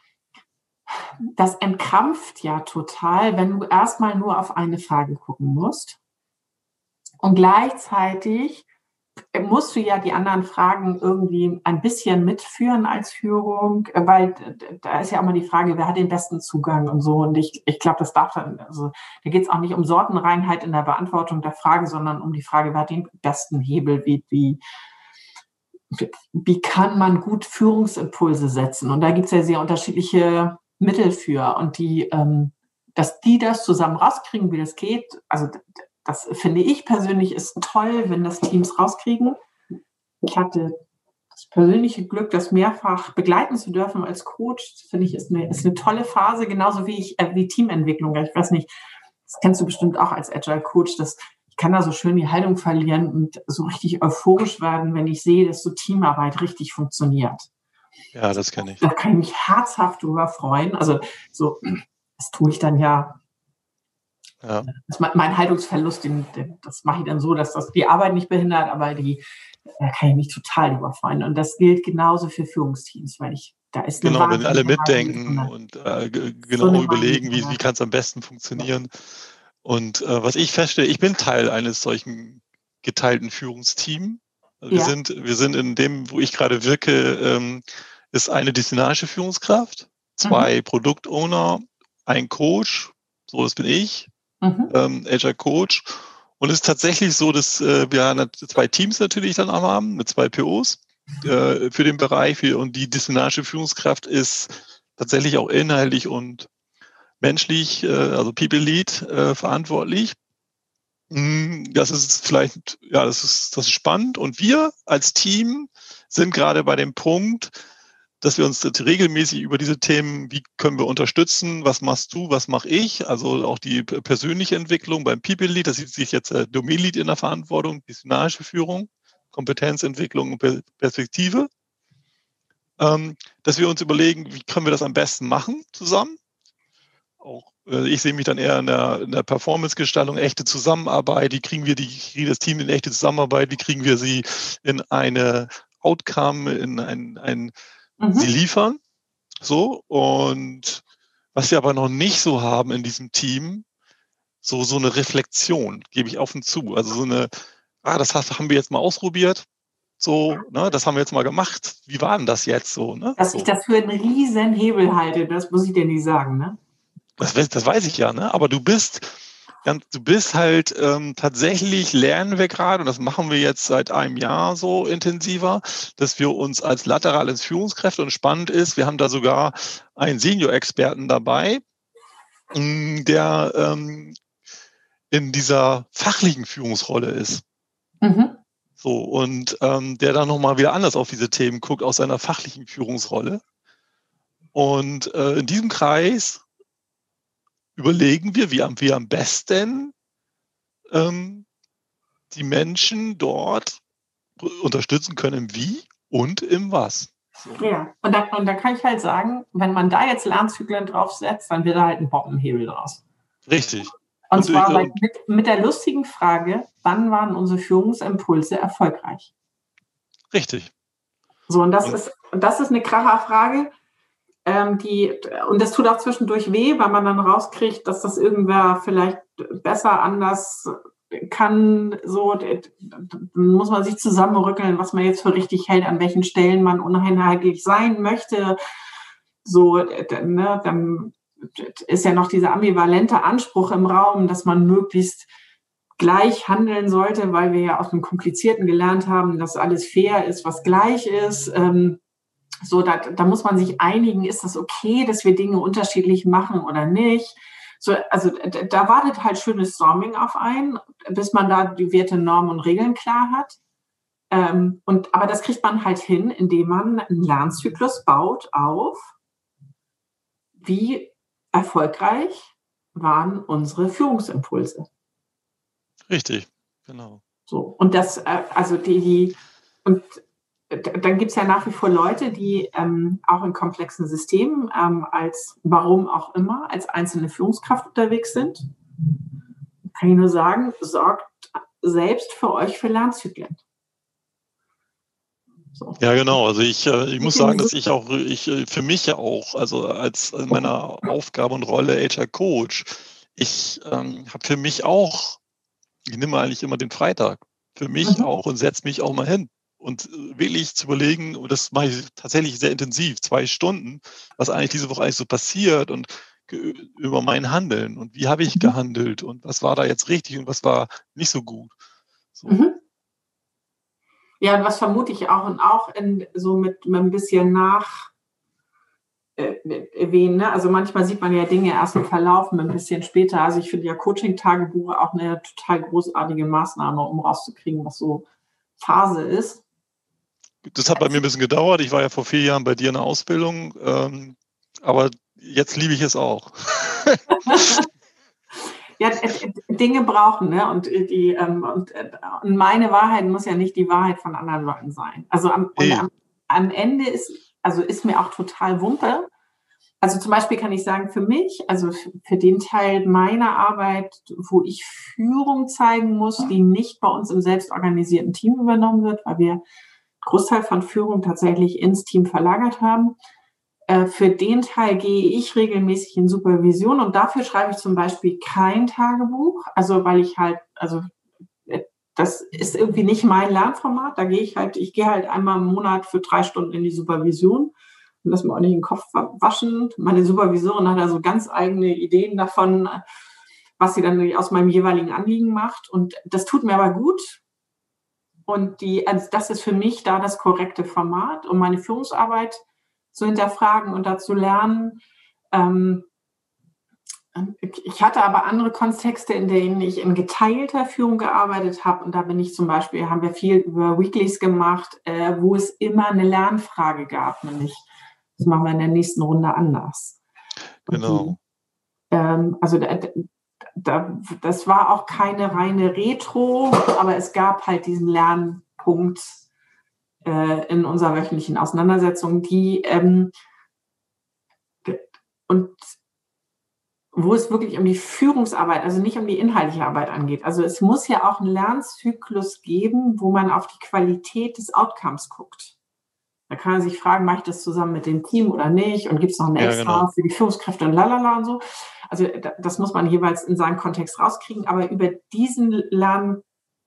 Das entkrampft ja total, wenn du erstmal nur auf eine Frage gucken musst. Und gleichzeitig musst du ja die anderen Fragen irgendwie ein bisschen mitführen als Führung, weil da ist ja immer die Frage, wer hat den besten Zugang und so. Und ich, ich glaube, das darf dann, also da geht es auch nicht um Sortenreinheit in der Beantwortung der Frage, sondern um die Frage, wer hat den besten Hebel, wie, wie, wie kann man gut Führungsimpulse setzen? Und da gibt es ja sehr unterschiedliche Mittel für. Und die, ähm, dass die das zusammen rauskriegen, wie das geht, also das finde ich persönlich ist toll, wenn das Teams rauskriegen. Ich hatte das persönliche Glück, das mehrfach begleiten zu dürfen als Coach. Das finde ich ist eine, ist eine tolle Phase, genauso wie ich äh, wie Teamentwicklung. Ich weiß nicht, das kennst du bestimmt auch als Agile Coach, dass ich kann da so schön die Haltung verlieren und so richtig euphorisch werden, wenn ich sehe, dass so Teamarbeit richtig funktioniert. Ja, das kenne ich. Da kann ich mich herzhaft drüber freuen. Also so, das tue ich dann ja. Ja. Das mein, mein Haltungsverlust, den, den, das mache ich dann so, dass das die Arbeit nicht behindert, aber die, da kann ich mich total überfreuen. Und das gilt genauso für Führungsteams, weil ich, da ist eine Genau, wenn alle mitdenken und äh, genau so überlegen, wie, wie kann es am besten funktionieren. Ja. Und äh, was ich feststelle, ich bin Teil eines solchen geteilten Führungsteams. Wir, ja. sind, wir sind in dem, wo ich gerade wirke, ähm, ist eine disziplinarische Führungskraft, zwei mhm. Produktowner, ein Coach, so das bin ich, mhm. ähm, Agile Coach. Und es ist tatsächlich so, dass äh, wir zwei Teams natürlich dann haben, mit zwei P Os äh, für den Bereich. Für, und die disziplinarische Führungskraft ist tatsächlich auch inhaltlich und menschlich, äh, also People Lead, äh, verantwortlich. Das ist vielleicht, ja, das ist, das ist spannend. Und wir als Team sind gerade bei dem Punkt, dass wir uns regelmäßig über diese Themen, wie können wir unterstützen, was machst du, was mache ich, also auch die persönliche Entwicklung beim People Lead, das sieht sich jetzt äh, Domain Lead in der Verantwortung, disziplinarische Führung, Kompetenzentwicklung und Perspektive, ähm, dass wir uns überlegen, wie können wir das am besten machen zusammen. Auch äh, ich sehe mich dann eher in der, in der Performance-Gestaltung, echte Zusammenarbeit, wie kriegen wir die, kriegen das Team in echte Zusammenarbeit, wie kriegen wir sie in eine Outcome, in ein, ein Mhm. sie liefern, so, und was wir aber noch nicht so haben in diesem Team, so, so eine Reflexion, gebe ich offen zu, also so eine, ah, das haben wir jetzt mal ausprobiert, so, ne, das haben wir jetzt mal gemacht, wie war denn das jetzt so, ne? Dass so. ich das für einen riesen Hebel halte, das muss ich dir nicht sagen, ne? Das, das weiß ich ja, ne, aber du bist, du bist halt ähm, tatsächlich, lernen wir gerade, und das machen wir jetzt seit einem Jahr so intensiver, dass wir uns als lateral als Führungskräfte, und spannend ist, wir haben da sogar einen Senior-Experten dabei, der ähm, in dieser fachlichen Führungsrolle ist. Mhm. So, und ähm, der dann nochmal wieder anders auf diese Themen guckt, aus seiner fachlichen Führungsrolle. Und äh, in diesem Kreis überlegen wir, wie wir am besten ähm, die Menschen dort unterstützen können, im Wie und im Was. So. Ja, und da, und da kann ich halt sagen, wenn man da jetzt Lernzyklen draufsetzt, dann wird da halt ein Bombenhebel draus. Richtig. Und, und zwar und, mit, mit der lustigen Frage, wann waren unsere Führungsimpulse erfolgreich? Richtig. So, und das, und, ist, das ist eine Kracherfrage, ähm, die, und das tut auch zwischendurch weh, weil man dann rauskriegt, dass das irgendwer vielleicht besser anders kann, so, dann muss man sich zusammenrückeln, was man jetzt für richtig hält, an welchen Stellen man uneinheitlich sein möchte. So, ne, dann ist ja noch dieser ambivalente Anspruch im Raum, dass man möglichst gleich handeln sollte, weil wir ja aus dem Komplizierten gelernt haben, dass alles fair ist, was gleich ist. Ähm, so, da, da muss man sich einigen, ist das okay, dass wir Dinge unterschiedlich machen oder nicht? So, also da, da wartet halt schönes Storming auf einen, bis man da die Werte, Normen und Regeln klar hat. Ähm, und, aber das kriegt man halt hin, indem man einen Lernzyklus baut auf, wie erfolgreich waren unsere Führungsimpulse. Richtig, genau. So, und das, äh, also die, die und dann gibt es ja nach wie vor Leute, die ähm, auch in komplexen Systemen ähm, als, warum auch immer, als einzelne Führungskraft unterwegs sind. Kann ich nur sagen, sorgt selbst für euch für Lernzyklen. So. Ja, genau. Also ich, äh, ich muss sagen, dass ich auch, ich für mich ja auch, also als in meiner Aufgabe und Rolle H R Coach, ich ähm, habe für mich auch, ich nehme eigentlich immer den Freitag für mich mhm. auch und setze mich auch mal hin. Und wirklich zu überlegen, und das mache ich tatsächlich sehr intensiv, zwei Stunden, was eigentlich diese Woche eigentlich so passiert und ge- über mein Handeln und wie habe ich gehandelt und was war da jetzt richtig und was war nicht so gut. So. Mhm. Ja, und was vermute ich auch und auch in, so mit, mit ein bisschen nach äh, erwähnen. Ne? Also manchmal sieht man ja Dinge erst im Verlauf, ein bisschen später. Also ich finde ja Coaching-Tagebuch auch eine total großartige Maßnahme, um rauszukriegen, was so Phase ist. Das hat bei mir ein bisschen gedauert. Ich war ja vor vier Jahren bei dir in der Ausbildung, ähm, aber jetzt liebe ich es auch. Ja, Dinge brauchen, ne? Und die ähm, und, und meine Wahrheit muss ja nicht die Wahrheit von anderen Leuten sein. Also am, und am, am Ende ist, also ist mir auch total Wumpe. Also zum Beispiel kann ich sagen, für mich, also für den Teil meiner Arbeit, wo ich Führung zeigen muss, die nicht bei uns im selbstorganisierten Team übernommen wird, weil wir Großteil von Führung tatsächlich ins Team verlagert haben. Äh, für den Teil gehe ich regelmäßig in Supervision und dafür schreibe ich zum Beispiel kein Tagebuch, also weil ich halt, also das ist irgendwie nicht mein Lernformat, da gehe ich halt, ich gehe halt einmal im Monat für drei Stunden in die Supervision müssen wir auch nicht den Kopf waschen. Meine Supervisorin hat also ganz eigene Ideen davon, was sie dann aus meinem jeweiligen Anliegen macht. Und das tut mir aber gut. Und die, also das ist für mich da das korrekte Format, um meine Führungsarbeit zu hinterfragen und da zu lernen. Ähm, ich hatte aber andere Kontexte, in denen ich in geteilter Führung gearbeitet habe. Und da bin ich zum Beispiel, haben wir viel über Weeklies gemacht, äh, wo es immer eine Lernfrage gab, nämlich, das machen wir in der nächsten Runde anders. Genau. Die, ähm, also da, da, das war auch keine reine Retro, aber es gab halt diesen Lernpunkt äh, in unserer wöchentlichen Auseinandersetzung, die ähm, und wo es wirklich um die Führungsarbeit, also nicht um die inhaltliche Arbeit angeht. Also es muss ja auch einen Lernzyklus geben, wo man auf die Qualität des Outcomes guckt. Da kann man sich fragen, mache ich das zusammen mit dem Team oder nicht? Und gibt es noch eine Ja, extra genau. für die Führungskräfte und lalala und so? Also das muss man jeweils in seinem Kontext rauskriegen. Aber über diesen Lernzyklus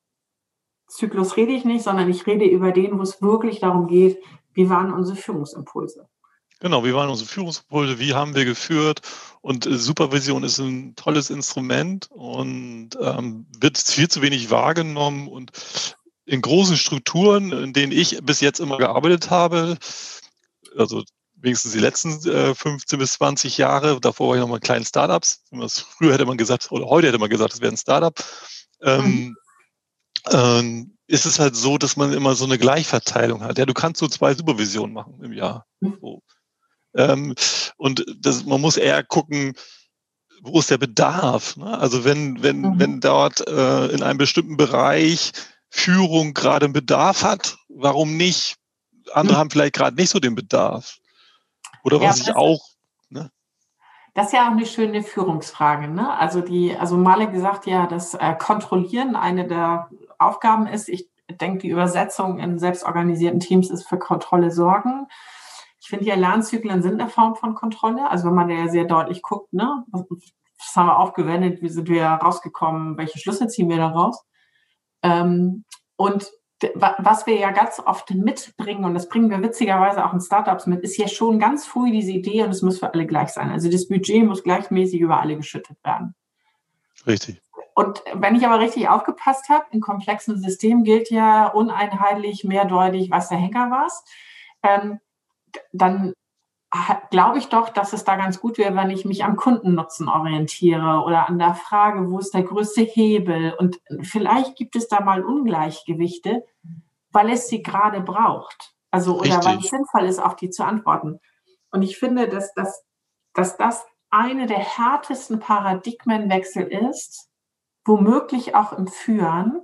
rede ich nicht, sondern ich rede über den, wo es wirklich darum geht, wie waren unsere Führungsimpulse? Genau, wie waren unsere Führungsimpulse, wie haben wir geführt? Und äh, Supervision ist ein tolles Instrument und ähm, wird viel zu wenig wahrgenommen. Und in großen Strukturen, in denen ich bis jetzt immer gearbeitet habe, also wenigstens die letzten äh, fünfzehn bis zwanzig Jahre, davor war ich noch mal in kleinen Startups. Früher hätte man gesagt, oder heute hätte man gesagt, es wäre ein Startup. Ähm, mhm. ähm, ist es halt so, dass man immer so eine Gleichverteilung hat. Ja, du kannst so zwei Supervisionen machen im Jahr. So. Ähm, und das, man muss eher gucken, wo ist der Bedarf? Ne? Also wenn, wenn, mhm. wenn dort äh, in einem bestimmten Bereich Führung gerade einen Bedarf hat, warum nicht? Andere mhm. haben vielleicht gerade nicht so den Bedarf. Oder was ja, ich auch. Ne? Das ist ja auch eine schöne Führungsfrage. Ne? Also die, also Male gesagt, ja, das äh, Kontrollieren eine der Aufgaben ist. Ich denke, die Übersetzung in selbstorganisierten Teams ist für Kontrolle sorgen. Ich finde ja, Lernzyklen sind eine Form von Kontrolle. Also wenn man ja sehr deutlich guckt, ne, was, was haben wir aufgewendet, wie sind wir rausgekommen, welche Schlüsse ziehen wir daraus? Ähm, und d- was wir ja ganz oft mitbringen, und das bringen wir witzigerweise auch in Startups mit, ist ja schon ganz früh diese Idee, und es muss für alle gleich sein. Also das Budget muss gleichmäßig über alle geschüttet werden. Richtig. Und wenn ich aber richtig aufgepasst habe, in komplexen Systemen gilt ja uneinheitlich, mehrdeutig, was der Henker war. Ähm, dann glaube ich doch, dass es da ganz gut wäre, wenn ich mich am Kundennutzen orientiere oder an der Frage, wo ist der größte Hebel? Und vielleicht gibt es da mal Ungleichgewichte, weil es sie gerade braucht. Also, oder weil es sinnvoll ist, auf die zu antworten. Und ich finde, dass, dass, dass das eine der härtesten Paradigmenwechsel ist, womöglich auch im Führen,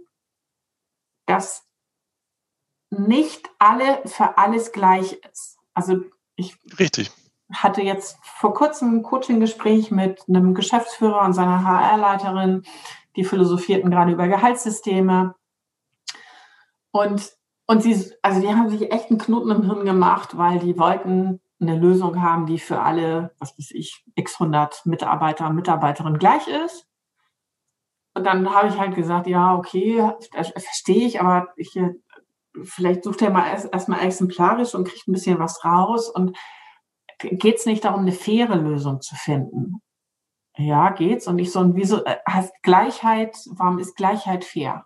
dass nicht alle für alles gleich ist. Also ich Richtig. hatte jetzt vor kurzem ein Coaching-Gespräch mit einem Geschäftsführer und seiner H R-Leiterin, die philosophierten gerade über Gehaltssysteme. Und, und sie, also die haben sich echt einen Knoten im Hirn gemacht, weil die wollten eine Lösung haben, die für alle, was weiß ich, x hundert Mitarbeiter und Mitarbeiterinnen gleich ist. Und dann habe ich halt gesagt, ja, okay, verstehe ich, aber ich, vielleicht sucht er mal erst, erstmal exemplarisch und kriegt ein bisschen was raus. Und geht es nicht darum, eine faire Lösung zu finden? Ja, geht's. Und ich so, und wieso heißt Gleichheit, warum ist Gleichheit fair?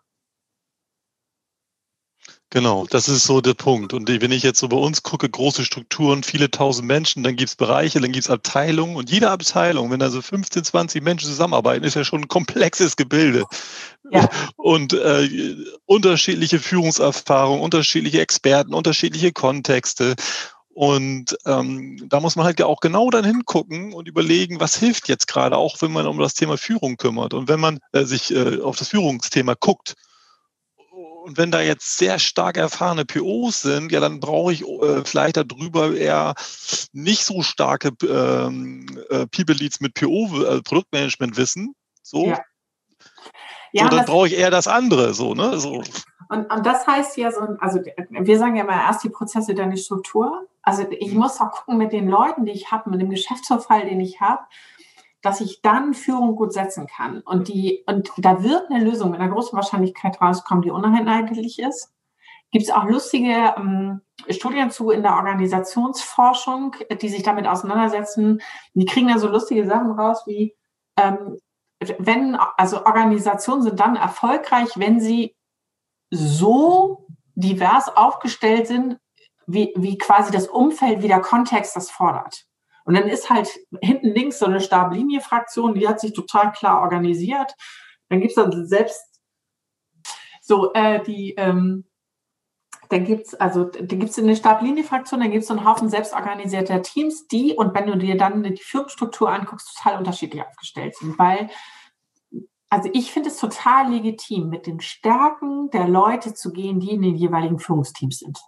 Genau, das ist so der Punkt. Und wenn ich jetzt so bei uns gucke, große Strukturen, viele tausend Menschen, dann gibt es Bereiche, dann gibt es Abteilungen. Und jede Abteilung, wenn da so fünfzehn, zwanzig Menschen zusammenarbeiten, ist ja schon ein komplexes Gebilde. Ja. Und äh, unterschiedliche Führungserfahrungen, unterschiedliche Experten, unterschiedliche Kontexte. Und ähm, da muss man halt auch genau dann hingucken und überlegen, was hilft jetzt gerade, auch wenn man um das Thema Führung kümmert. Und wenn man äh, sich äh, auf das Führungsthema guckt, und wenn da jetzt sehr stark erfahrene P Os sind, ja, dann brauche ich äh, vielleicht darüber eher nicht so starke ähm, äh, People Leads mit P O, äh, Produktmanagement-Wissen. So, ja. Ja, so dann brauche ich eher das andere. So, ne? so. Und, und das heißt ja so, also wir sagen ja mal erst die Prozesse, dann die Struktur. Also ich hm. muss auch gucken mit den Leuten, die ich habe, mit dem Geschäftsverfall, den ich habe, dass ich dann Führung gut setzen kann. Und, die, und da wird eine Lösung mit einer großen Wahrscheinlichkeit rauskommen, die uneinheitlich ist. gibt es auch lustige ähm, Studien zu in der Organisationsforschung, die sich damit auseinandersetzen. Die kriegen da so lustige Sachen raus wie, ähm, wenn, also Organisationen sind dann erfolgreich, wenn sie so divers aufgestellt sind, wie, wie quasi das Umfeld, wie der Kontext das fordert. Und dann ist halt hinten links so eine Stab-Linie-Fraktion, die hat sich total klar organisiert. Dann gibt es dann selbst so äh, die, ähm, dann gibt es also, dann gibt es eine Stab-Linie-Fraktion, dann gibt es so einen Haufen selbstorganisierter Teams, die, und wenn du dir dann die Führungsstruktur anguckst, total unterschiedlich aufgestellt sind, weil also ich finde es total legitim, mit den Stärken der Leute zu gehen, die in den jeweiligen Führungsteams sind.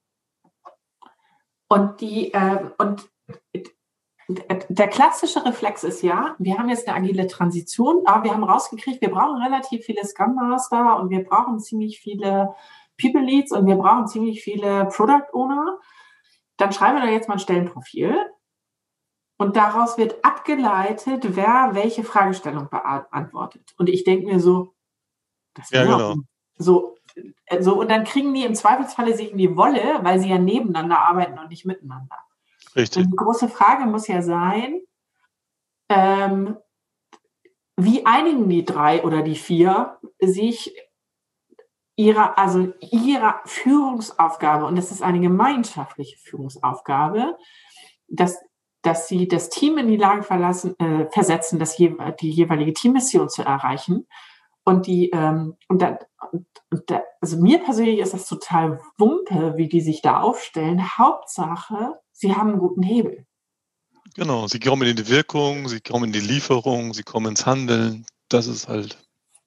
Und die äh, und der klassische Reflex ist ja, wir haben jetzt eine agile Transition, aber wir haben rausgekriegt, wir brauchen relativ viele Scrum Master und wir brauchen ziemlich viele People Leads und wir brauchen ziemlich viele Product Owner. Dann schreiben wir da jetzt mal ein Stellenprofil und daraus wird abgeleitet, wer welche Fragestellung beantwortet. Und ich denke mir so, das ja, genau. so, so, und dann kriegen die im Zweifelsfalle sich in die Wolle, weil sie ja nebeneinander arbeiten und nicht miteinander. Richtig. Und die große Frage muss ja sein, ähm, wie einigen die drei oder die vier sich ihrer, also ihrer Führungsaufgabe, und das ist eine gemeinschaftliche Führungsaufgabe, dass, dass sie das Team in die Lage verlassen, äh, versetzen, das je, die jeweilige Teammission zu erreichen. Und die, ähm, und da, und, und da, also mir persönlich ist das total Wumpe, wie die sich da aufstellen. Hauptsache, sie haben einen guten Hebel. Genau, sie kommen in die Wirkung, sie kommen in die Lieferung, sie kommen ins Handeln. Das ist halt.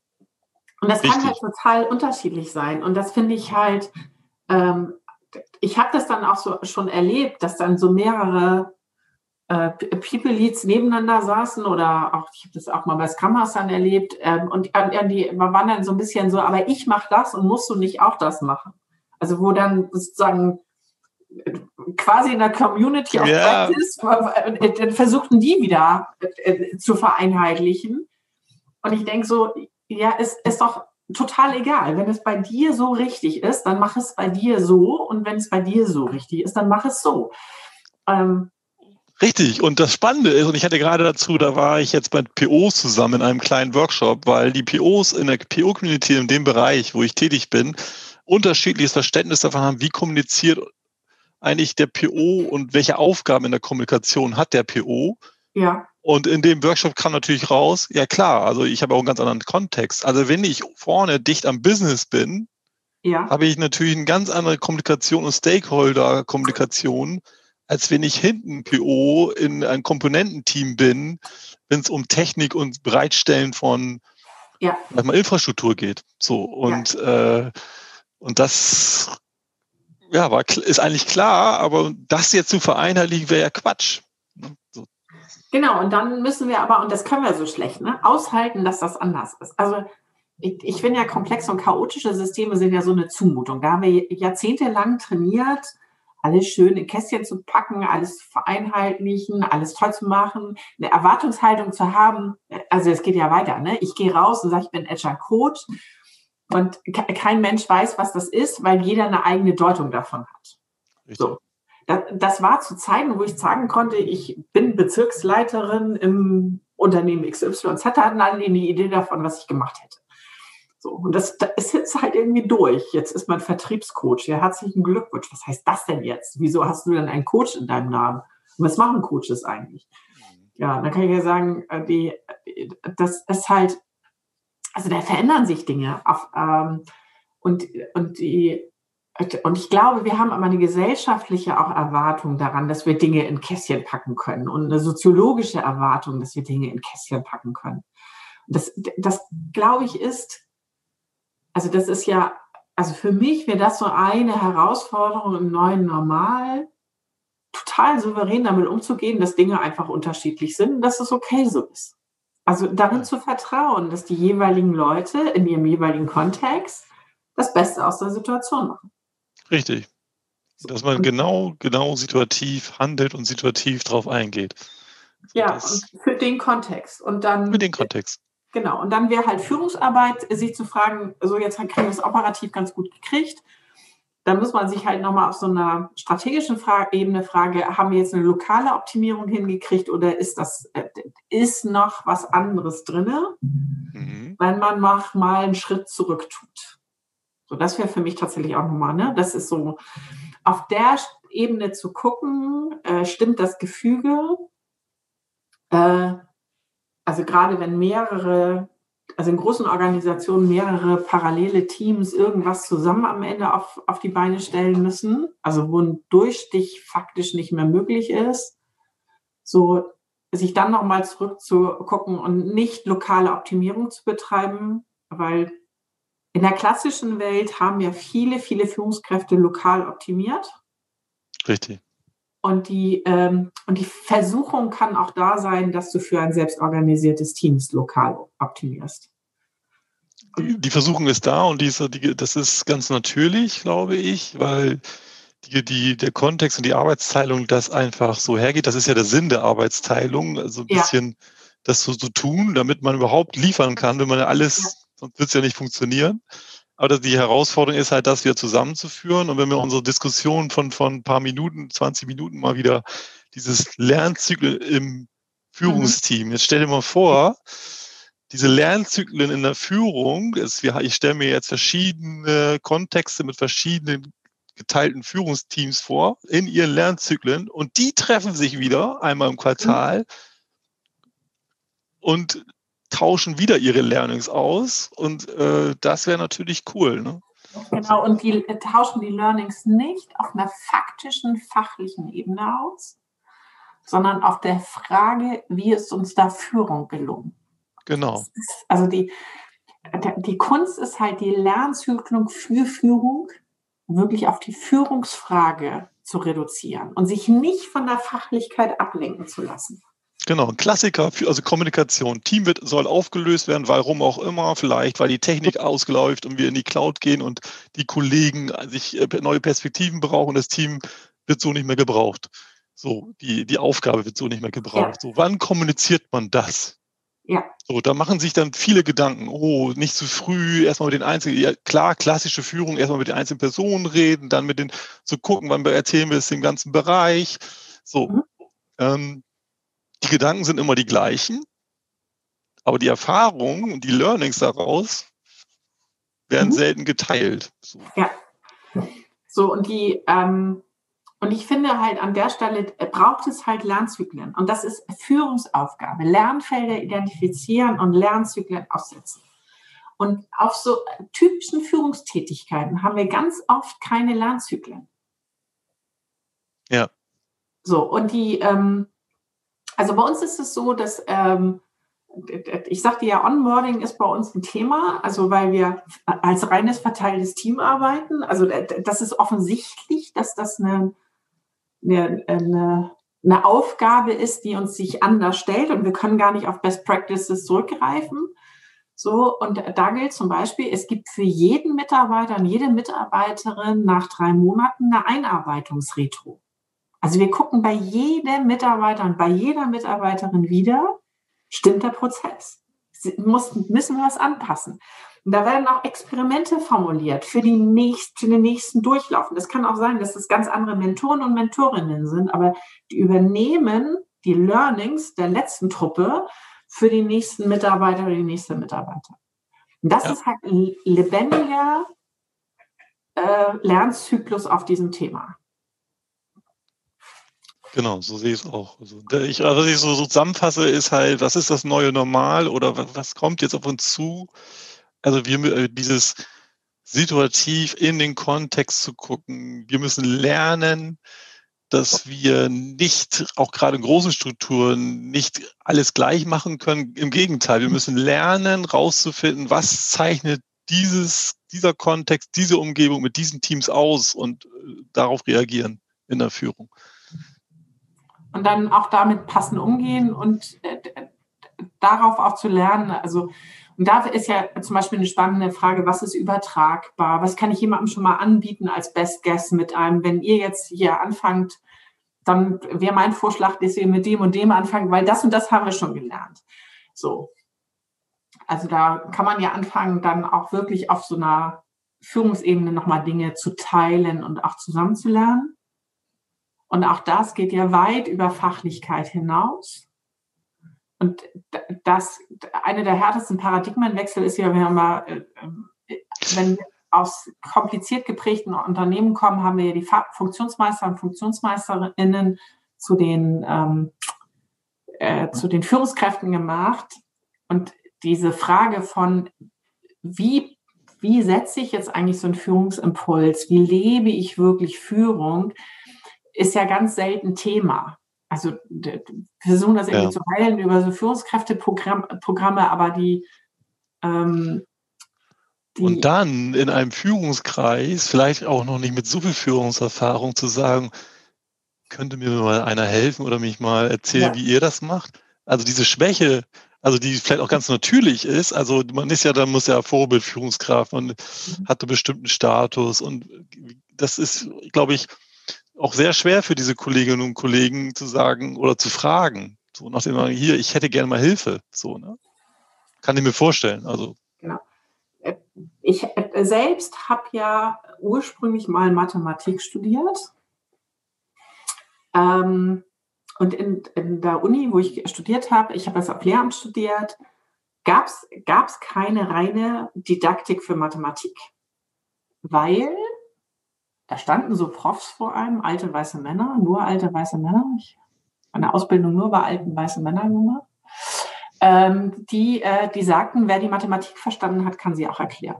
Und das wichtig. kann halt total unterschiedlich sein. Und das finde ich halt, ähm, ich habe das dann auch so schon erlebt, dass dann so mehrere äh, People Leads nebeneinander saßen oder auch, ich habe das auch mal bei Scrum Mastern erlebt ähm, und äh, die waren dann so ein bisschen so, aber ich mache das und musst du nicht auch das machen? Also wo dann sozusagen quasi in der Community of Ja. Practice äh, dann versuchten die wieder äh, zu vereinheitlichen. Und ich denke so, ja, es ist doch total egal. Wenn es bei dir so richtig ist, dann mach es bei dir so. Und wenn es bei dir so richtig ist, dann mach es so. Ähm, Richtig. Und das Spannende ist, und ich hatte gerade dazu, da war ich jetzt mit P Os zusammen in einem kleinen Workshop, weil die P Os in der P O-Community in dem Bereich, wo ich tätig bin, unterschiedliches Verständnis davon haben, wie kommuniziert eigentlich der P O und welche Aufgaben in der Kommunikation hat der P O. ja. Und in dem Workshop kam natürlich raus, ja klar, also ich habe auch einen ganz anderen Kontext. Also wenn ich vorne dicht am Business bin, ja. habe ich natürlich eine ganz andere Kommunikation und Stakeholder-Kommunikation, als wenn ich hinten P O in einem Komponententeam bin, wenn es um Technik und Bereitstellen von ja. mal Infrastruktur geht. So und ja. äh, und das ja war ist eigentlich klar, aber das jetzt zu vereinheitlichen wäre ja Quatsch. So. Genau, und dann müssen wir aber, und das können wir so schlecht, ne, aushalten, dass das anders ist. Also ich, ich finde ja, komplexe und chaotische Systeme sind ja so eine Zumutung. Da haben wir jahrzehntelang trainiert, alles schön in Kästchen zu packen, alles zu vereinheitlichen, alles toll zu machen, eine Erwartungshaltung zu haben. Also es geht ja weiter, ne? Ich gehe raus und sage, ich bin Agile Coach und kein Mensch weiß, was das ist, weil jeder eine eigene Deutung davon hat. Richtig. So. Das war zu Zeiten, wo ich sagen konnte, ich bin Bezirksleiterin im Unternehmen X Y Z, hatten alle eine Idee davon, was ich gemacht hätte. So, und das, das ist jetzt halt irgendwie durch. Jetzt ist man Vertriebscoach. Ja, herzlichen Glückwunsch. Was heißt das denn jetzt? Wieso hast du denn einen Coach in deinem Namen? Und was machen Coaches eigentlich? Ja, dann kann ich ja sagen, die, das ist halt, also da verändern sich Dinge. Auf, ähm, und, und die Und ich glaube, wir haben aber eine gesellschaftliche auch Erwartung daran, dass wir Dinge in Kästchen packen können und eine soziologische Erwartung, dass wir Dinge in Kästchen packen können. Und das, das glaube ich, ist, also das ist ja, also für mich wäre das so eine Herausforderung im neuen Normal, total souverän damit umzugehen, dass Dinge einfach unterschiedlich sind und dass es okay so ist. Also darin zu vertrauen, dass die jeweiligen Leute in ihrem jeweiligen Kontext das Beste aus der Situation machen. Richtig. Dass man genau, genau situativ handelt und situativ drauf eingeht. So, ja, und für den Kontext. Und dann, für den Kontext. Genau. Und dann wäre halt Führungsarbeit, sich zu fragen, so jetzt kriegen wir es operativ ganz gut gekriegt. da muss man sich halt nochmal auf so einer strategischen Fra- Ebene fragen, haben wir jetzt eine lokale Optimierung hingekriegt oder ist das, äh, ist noch was anderes drin, mhm. wenn man mach, mal einen Schritt zurück tut. So, das wäre für mich tatsächlich auch nochmal, ne? Das ist so, auf der Ebene zu gucken, äh, stimmt das Gefüge, äh, also gerade wenn mehrere, also in großen Organisationen mehrere parallele Teams irgendwas zusammen am Ende auf, auf die Beine stellen müssen, also wo ein Durchstich faktisch nicht mehr möglich ist, so sich dann nochmal zurückzugucken und nicht lokale Optimierung zu betreiben, weil in der klassischen Welt haben ja viele, viele Führungskräfte lokal optimiert. Richtig. Und die, ähm, und die Versuchung kann auch da sein, dass du für ein selbstorganisiertes Team lokal optimierst. Die, die Versuchung ist da und die ist, die, das ist ganz natürlich, glaube ich, weil die, die, der Kontext und die Arbeitsteilung das einfach so hergeht. Das ist ja der Sinn der Arbeitsteilung, also ein bisschen ja. das so, so tun, damit man überhaupt liefern kann, wenn man ja alles, ja. sonst wird es ja nicht funktionieren. Aber die Herausforderung ist halt, das wieder zusammenzuführen. Und wenn wir unsere Diskussion von, von ein paar Minuten, zwanzig Minuten mal wieder dieses Lernzyklus im Führungsteam, jetzt stell dir mal vor, diese Lernzyklen in der Führung, ist, ich stelle mir jetzt verschiedene Kontexte mit verschiedenen geteilten Führungsteams vor, in ihren Lernzyklen, und die treffen sich wieder einmal im Quartal und tauschen wieder ihre Learnings aus, und äh, das wäre natürlich cool, ne? Genau, und die äh, tauschen die Learnings nicht auf einer faktischen, fachlichen Ebene aus, sondern auf der Frage, wie ist uns da Führung gelungen? Genau. Ist, also die, die Kunst ist halt, die Lernzyklung für Führung wirklich auf die Führungsfrage zu reduzieren und sich nicht von der Fachlichkeit ablenken zu lassen. Genau, ein Klassiker, für, also Kommunikation. Team wird, soll aufgelöst werden, warum auch immer, vielleicht weil die Technik ausläuft und wir in die Cloud gehen und die Kollegen sich neue Perspektiven brauchen und das Team wird so nicht mehr gebraucht. So, die, die Aufgabe wird so nicht mehr gebraucht. Ja. So, wann kommuniziert man das? Ja. So, da machen sich dann viele Gedanken. Oh, nicht zu früh, erstmal mit den einzelnen, ja, klar, klassische Führung, erstmal mit den einzelnen Personen reden, dann mit den, zu gucken, wann erzählen wir es im ganzen Bereich. So, mhm. ähm, die Gedanken sind immer die gleichen, aber die Erfahrungen und die Learnings daraus werden mhm. selten geteilt. So. Ja. So, und die, ähm, und ich finde halt an der Stelle braucht es halt Lernzyklen. Und das ist Führungsaufgabe. Lernfelder identifizieren und Lernzyklen aufsetzen. Und auf so typischen Führungstätigkeiten haben wir ganz oft keine Lernzyklen. Ja. So, und die, ähm, also bei uns ist es so, dass, ähm, ich sagte ja, Onboarding ist bei uns ein Thema, also weil wir als reines verteiltes Team arbeiten. Also das ist offensichtlich, dass das eine, eine, eine, eine Aufgabe ist, die uns sich anders stellt, und wir können gar nicht auf Best Practices zurückgreifen. So, und da gilt zum Beispiel, es gibt für jeden Mitarbeiter und jede Mitarbeiterin nach drei Monaten eine Einarbeitungsretro. Also wir gucken bei jedem Mitarbeiter und bei jeder Mitarbeiterin wieder, stimmt der Prozess? Sie muss, müssen wir was anpassen? Und da werden auch Experimente formuliert für, die nächst, für den nächsten Durchlauf. Und das kann auch sein, dass das ganz andere Mentoren und Mentorinnen sind, aber die übernehmen die Learnings der letzten Truppe für den nächsten Mitarbeiter oder die nächste Mitarbeiter. Und das ja. ist halt ein lebendiger äh, Lernzyklus auf diesem Thema. Genau, so sehe ich es auch. Also, ich, was ich so, so zusammenfasse, ist halt, was ist das neue Normal oder was, was kommt jetzt auf uns zu? Also wir dieses situativ in den Kontext zu gucken. Wir müssen lernen, dass wir nicht, auch gerade in großen Strukturen, nicht alles gleich machen können. Im Gegenteil, wir müssen lernen, rauszufinden, was zeichnet dieses, dieser Kontext, diese Umgebung mit diesen Teams aus, und äh, darauf reagieren in der Führung. Und dann auch damit passend umgehen und äh, darauf auch zu lernen. Also, und da ist ja zum Beispiel eine spannende Frage, was ist übertragbar? Was kann ich jemandem schon mal anbieten als Best Guess mit einem? Wenn ihr jetzt hier anfangt, dann wäre mein Vorschlag, dass ihr mit dem und dem anfangt, weil das und das haben wir schon gelernt. So. Also da kann man ja anfangen, dann auch wirklich auf so einer Führungsebene nochmal Dinge zu teilen und auch zusammenzulernen. Und auch das geht ja weit über Fachlichkeit hinaus. Und das, eine der härtesten Paradigmenwechsel ist ja, wenn wir mal, wenn wir aus kompliziert geprägten Unternehmen kommen, haben wir ja die Funktionsmeister und Funktionsmeisterinnen zu den, ähm, äh, zu den Führungskräften gemacht. Und diese Frage von, wie, wie setze ich jetzt eigentlich so einen Führungsimpuls? Wie lebe ich wirklich Führung? Ist ja ganz selten Thema. Also wir versuchen das irgendwie ja. zu heilen über so Führungskräfteprogramme, aber die, ähm, die... Und dann in einem Führungskreis, vielleicht auch noch nicht mit so viel Führungserfahrung, zu sagen, könnte mir mal einer helfen oder mich mal erzählen, ja. wie ihr das macht? Also diese Schwäche, also die vielleicht auch ganz natürlich ist, also man ist ja, dann muss ja Vorbildführungskraft, man mhm. hat einen bestimmten Status und das ist, glaube ich, auch sehr schwer für diese Kolleginnen und Kollegen zu sagen oder zu fragen. So nach dem Motto, hier, ich hätte gerne mal Hilfe. So, ne? Kann ich mir vorstellen. Also. Genau. Ich selbst habe ja ursprünglich mal Mathematik studiert. Ähm, und in, in der Uni, wo ich studiert habe, ich habe das auf Lehramt studiert, gab es keine reine Didaktik für Mathematik. Weil da standen so Profs vor einem, alte weiße Männer, nur alte weiße Männer. Ich habe eine Ausbildung nur bei alten weißen Männern gemacht. Ähm, die, äh, die sagten, wer die Mathematik verstanden hat, kann sie auch erklären.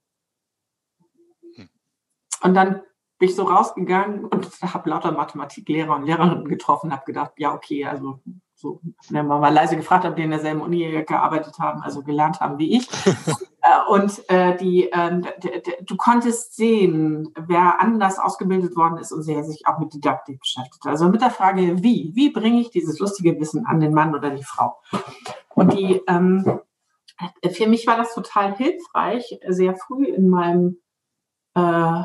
Und dann bin ich so rausgegangen und habe lauter Mathematiklehrer und Lehrerinnen getroffen, habe gedacht, ja okay, also so, wenn man mal leise gefragt, ob die in derselben Uni gearbeitet haben, also gelernt haben wie ich. Und äh, die, äh, d- d- du konntest sehen, wer anders ausgebildet worden ist und der sich auch mit Didaktik beschäftigt. Also mit der Frage, wie? Wie bringe ich dieses lustige Wissen an den Mann oder die Frau? Und die, ähm, für mich war das total hilfreich, sehr früh in meinem, äh,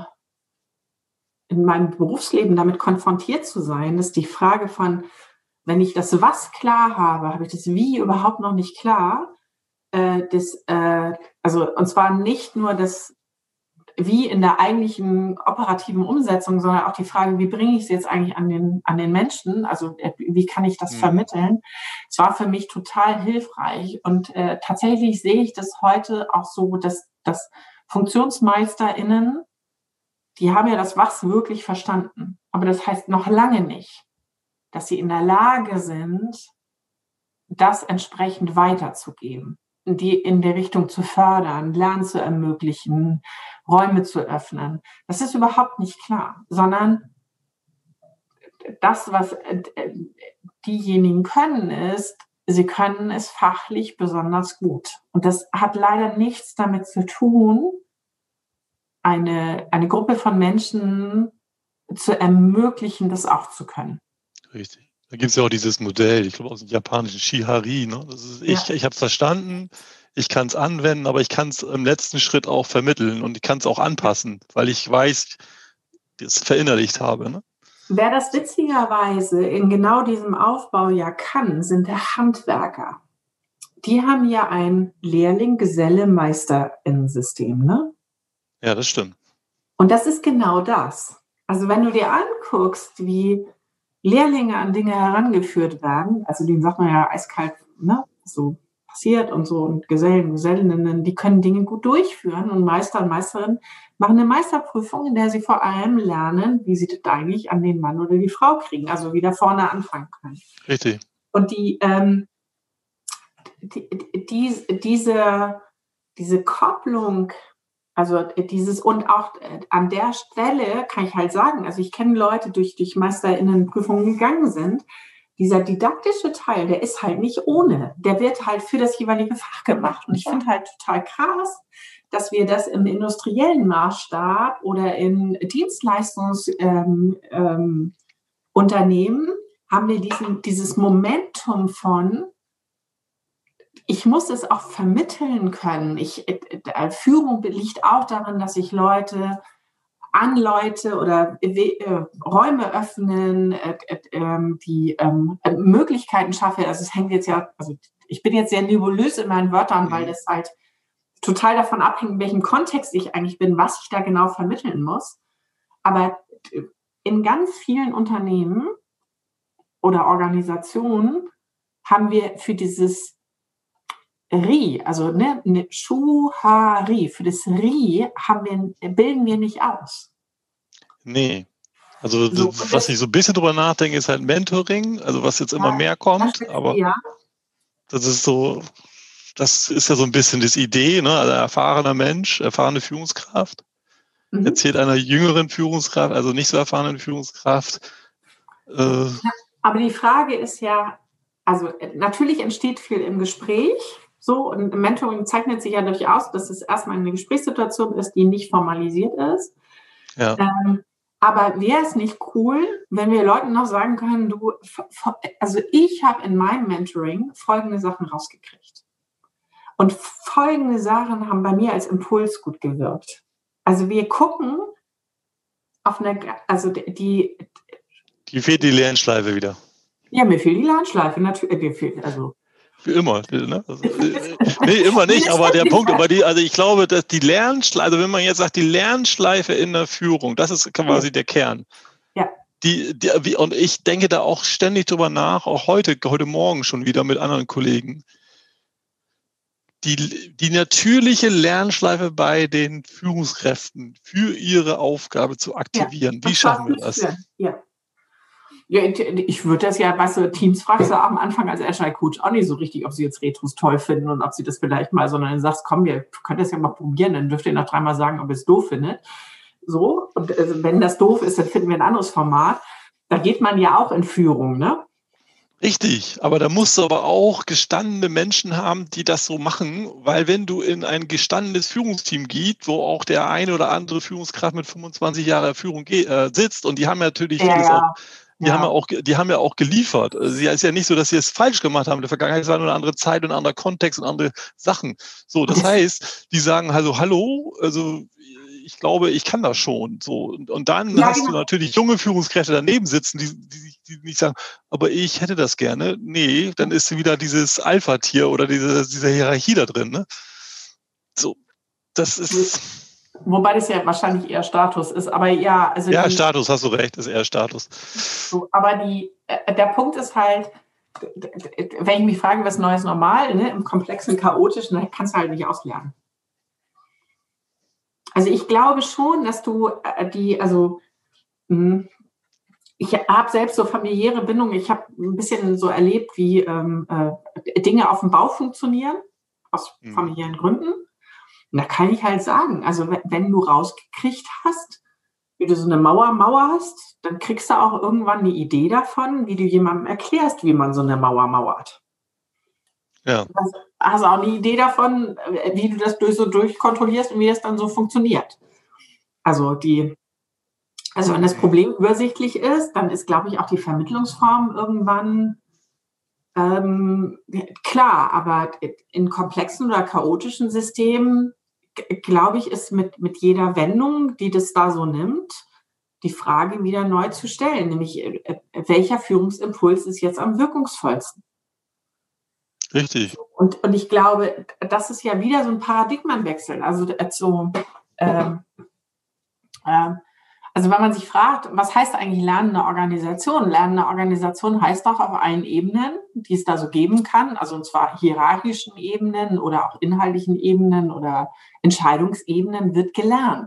in meinem Berufsleben damit konfrontiert zu sein, dass die Frage von, wenn ich das Was klar habe, habe ich das Wie überhaupt noch nicht klar. Äh, das, äh, also, und zwar nicht nur das Wie in der eigentlichen operativen Umsetzung, sondern auch die Frage, wie bringe ich es jetzt eigentlich an den, an den Menschen? Also, äh, wie kann ich das mhm. vermitteln? Es war für mich total hilfreich. Und äh, tatsächlich sehe ich das heute auch so, dass, dass FunktionsmeisterInnen, die haben ja das Was wirklich verstanden. Aber das heißt noch lange nicht, dass sie in der Lage sind, das entsprechend weiterzugeben, die in der Richtung zu fördern, Lernen zu ermöglichen, Räume zu öffnen. Das ist überhaupt nicht klar, sondern das, was diejenigen können, ist, sie können es fachlich besonders gut. Und das hat leider nichts damit zu tun, eine, eine Gruppe von Menschen zu ermöglichen, das auch zu können. Richtig. Da gibt es ja auch dieses Modell, ich glaube aus dem japanischen Shihari. Ne? Das ist, ich Ja. ich habe es verstanden, ich kann es anwenden, aber ich kann es im letzten Schritt auch vermitteln und ich kann es auch anpassen, weil ich weiß, das verinnerlicht habe. Ne? Wer das witzigerweise in genau diesem Aufbau ja kann, sind der Handwerker. Die haben ja ein Lehrling-Geselle-Meister-System, ne? Ja, das stimmt. Und das ist genau das. Also wenn du dir anguckst, wie Lehrlinge an Dinge herangeführt werden, also denen sagt man ja eiskalt, ne, so passiert und so, und Gesellen, Gesellinnen, die können Dinge gut durchführen und Meister und Meisterinnen machen eine Meisterprüfung, in der sie vor allem lernen, wie sie das eigentlich an den Mann oder die Frau kriegen, also wieder vorne anfangen können. Richtig. Und die, ähm, die, die diese, diese Kopplung, also dieses, und auch an der Stelle kann ich halt sagen, also ich kenne Leute, die durch, durch MeisterInnenprüfungen gegangen sind, dieser didaktische Teil, der ist halt nicht ohne, der wird halt für das jeweilige Fach gemacht. Und ich finde halt total krass, dass wir das im industriellen Maßstab oder in Dienstleistungsunternehmen ähm, ähm, haben wir diesen, dieses Momentum von, ich muss es auch vermitteln können. Ich, äh, Führung liegt auch darin, dass ich Leute anleute oder äh, Räume öffnen, äh, äh, die ähm, Möglichkeiten schaffe. Also es hängt jetzt ja, also ich bin jetzt sehr nebulös in meinen Wörtern, weil das halt total davon abhängt, in welchem Kontext ich eigentlich bin, was ich da genau vermitteln muss. Aber in ganz vielen Unternehmen oder Organisationen haben wir für dieses Ri, also ne, ne Schuhari, für das Ri haben wir, bilden wir nicht aus. Nee. Also So, was ich so ein bisschen drüber nachdenke, ist halt Mentoring, also was jetzt immer ja, mehr kommt, das, aber ja. das ist so, das ist ja so ein bisschen das Idee, ne? Also erfahrener Mensch, erfahrene Führungskraft, Mhm. erzählt einer jüngeren Führungskraft, also nicht so erfahrenen Führungskraft. Äh, ja, aber die Frage ist ja, also natürlich entsteht viel im Gespräch, so, und Mentoring zeichnet sich ja dadurch aus, dass es erstmal eine Gesprächssituation ist, die nicht formalisiert ist. ja. Ähm, aber wäre es nicht cool, wenn wir Leuten noch sagen können, du, also ich habe in meinem Mentoring folgende Sachen rausgekriegt. Und folgende Sachen haben bei mir als Impuls gut gewirkt. Also wir gucken auf eine, also die... Die fehlt die Lernschleife wieder. Ja, mir fehlt die Lernschleife, natürlich, also... Für immer, ne? Also, nee, immer nicht, aber der Punkt, aber die, also ich glaube, dass die Lernschleife, also wenn man jetzt sagt, die Lernschleife in der Führung, das ist quasi der Kern. Ja. Die, die, wie, und ich denke da auch ständig drüber nach, auch heute, heute Morgen schon wieder mit anderen Kollegen. Die, die natürliche Lernschleife bei den Führungskräften für ihre Aufgabe zu aktivieren. Ja, wie schaffen wir das? Ja. Ja, ich würde das ja, weißt du, Teams fragst du am Anfang als Agile Coach auch nicht so richtig, ob sie jetzt Retros toll finden und ob sie das vielleicht mal, sondern du sagst, komm, ihr könnt das ja mal probieren, dann dürft ihr nach dreimal sagen, ob ihr es doof findet. So, und wenn das doof ist, dann finden wir ein anderes Format. Da geht man ja auch in Führung, ne? Richtig, aber da musst du aber auch gestandene Menschen haben, die das so machen, weil wenn du in ein gestandenes Führungsteam gehst, wo auch der eine oder andere Führungskraft mit fünfundzwanzig Jahren Erfahrung äh, sitzt und die haben natürlich ja, vieles ja. auch Die, ja. haben ja auch, die haben ja auch geliefert. Es ist ja nicht so, dass sie es falsch gemacht haben. In der Vergangenheit war nur eine andere Zeit und ein anderer Kontext und andere Sachen. So, das heißt, die sagen also, hallo, also ich glaube, ich kann das schon. So, und, und dann ja, hast genau. du natürlich junge Führungskräfte daneben sitzen, die, die, die nicht sagen, aber ich hätte das gerne. Nee, dann ist wieder dieses Alpha-Tier oder diese, diese Hierarchie da drin. Ne? So, das ist... Wobei das ja wahrscheinlich eher Status ist, aber ja. Also ja, die, Status, hast du recht, ist eher Status. So, aber die, äh, der Punkt ist halt, wenn ich mich frage, was Neues normal, ne, im komplexen, chaotischen, dann kannst du halt nicht auslernen. Also ich glaube schon, dass du äh, die, also mh, ich habe selbst so familiäre Bindungen, ich habe ein bisschen so erlebt, wie ähm, äh, Dinge auf dem Bau funktionieren, aus mhm. familiären Gründen. Und da kann ich halt sagen, also wenn du rausgekriegt hast, wie du so eine Mauer, Mauer hast, dann kriegst du auch irgendwann eine Idee davon, wie du jemandem erklärst, wie man so eine Mauer mauert. Ja. Du hast auch eine Idee davon, wie du das durch, so durchkontrollierst und wie das dann so funktioniert. Also die, also wenn das Problem übersichtlich ist, dann ist, glaube ich, auch die Vermittlungsform irgendwann ähm, klar, aber in komplexen oder chaotischen Systemen glaube ich, ist mit, mit jeder Wendung, die das da so nimmt, die Frage wieder neu zu stellen, nämlich welcher Führungsimpuls ist jetzt am wirkungsvollsten? Richtig. Und, und ich glaube, das ist ja wieder so ein Paradigmenwechsel. Also, so, ähm, ähm, also wenn man sich fragt, was heißt eigentlich lernende Organisation? Lernende Organisation heißt doch auf allen Ebenen, die es da so geben kann, also und zwar hierarchischen Ebenen oder auch inhaltlichen Ebenen oder Entscheidungsebenen, wird gelernt.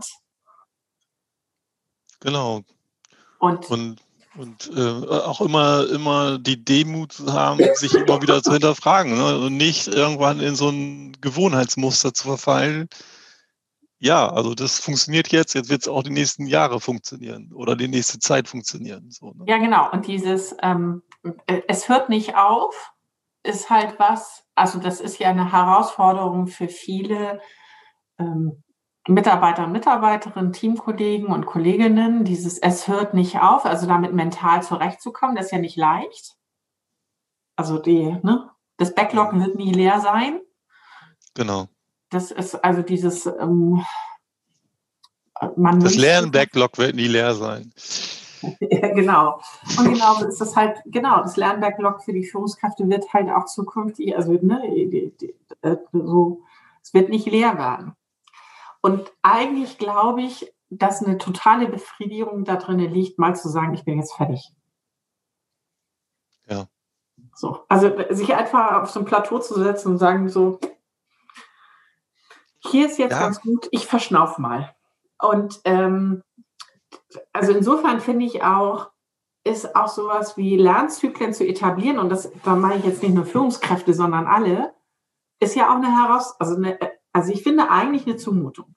Genau. Und, und, und äh, auch immer, immer die Demut zu haben, sich immer wieder zu hinterfragen, ne? Und nicht irgendwann in so ein Gewohnheitsmuster zu verfallen. Ja, also das funktioniert jetzt, jetzt wird es auch die nächsten Jahre funktionieren oder die nächste Zeit funktionieren. So, ne? Ja, genau. Und dieses, ähm, es hört nicht auf, ist halt was, also das ist ja eine Herausforderung für viele ähm, Mitarbeiter und Mitarbeiterinnen, Teamkollegen und Kolleginnen, dieses es hört nicht auf, also damit mental zurechtzukommen, das ist ja nicht leicht. Also die, ne, das Backlog wird nie leer sein. Genau. Das ist also dieses, ähm, man das Lern-Backlog wird nie leer sein. Ja, genau. Und genauso ist das halt, genau, das Lern-Backlog für die Führungskräfte wird halt auch zukünftig, also ne, die, die, äh, so, Es wird nicht leer werden. Und eigentlich glaube ich, dass eine totale Befriedigung da drin liegt, mal zu sagen, ich bin jetzt fertig. Ja. So, also sich einfach auf so ein Plateau zu setzen und sagen so, hier ist jetzt ja. ganz gut, ich verschnauf mal. Und ähm, also insofern finde ich auch, ist auch sowas wie Lernzyklen zu etablieren, und das, da meine ich jetzt nicht nur Führungskräfte, sondern alle, ist ja auch eine Heraus, also eine, also ich finde eigentlich eine Zumutung.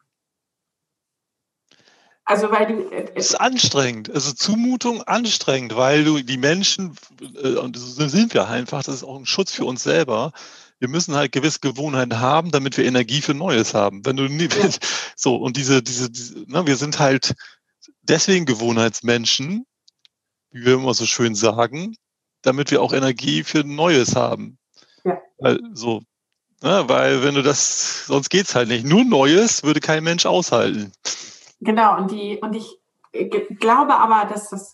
Also weil du äh, es ist anstrengend, also Zumutung anstrengend, weil du die Menschen, äh, und so sind wir einfach, das ist auch ein Schutz für uns selber. Wir müssen halt gewisse Gewohnheiten haben, damit wir Energie für Neues haben. Wenn du nie, ja. so und diese, diese, diese ne, wir sind halt deswegen Gewohnheitsmenschen, wie wir immer so schön sagen, damit wir auch Energie für Neues haben. Ja. Weil, so, ne, weil wenn du das, sonst geht's halt nicht. Nur Neues würde kein Mensch aushalten. Genau, und die, und ich g- glaube aber, dass das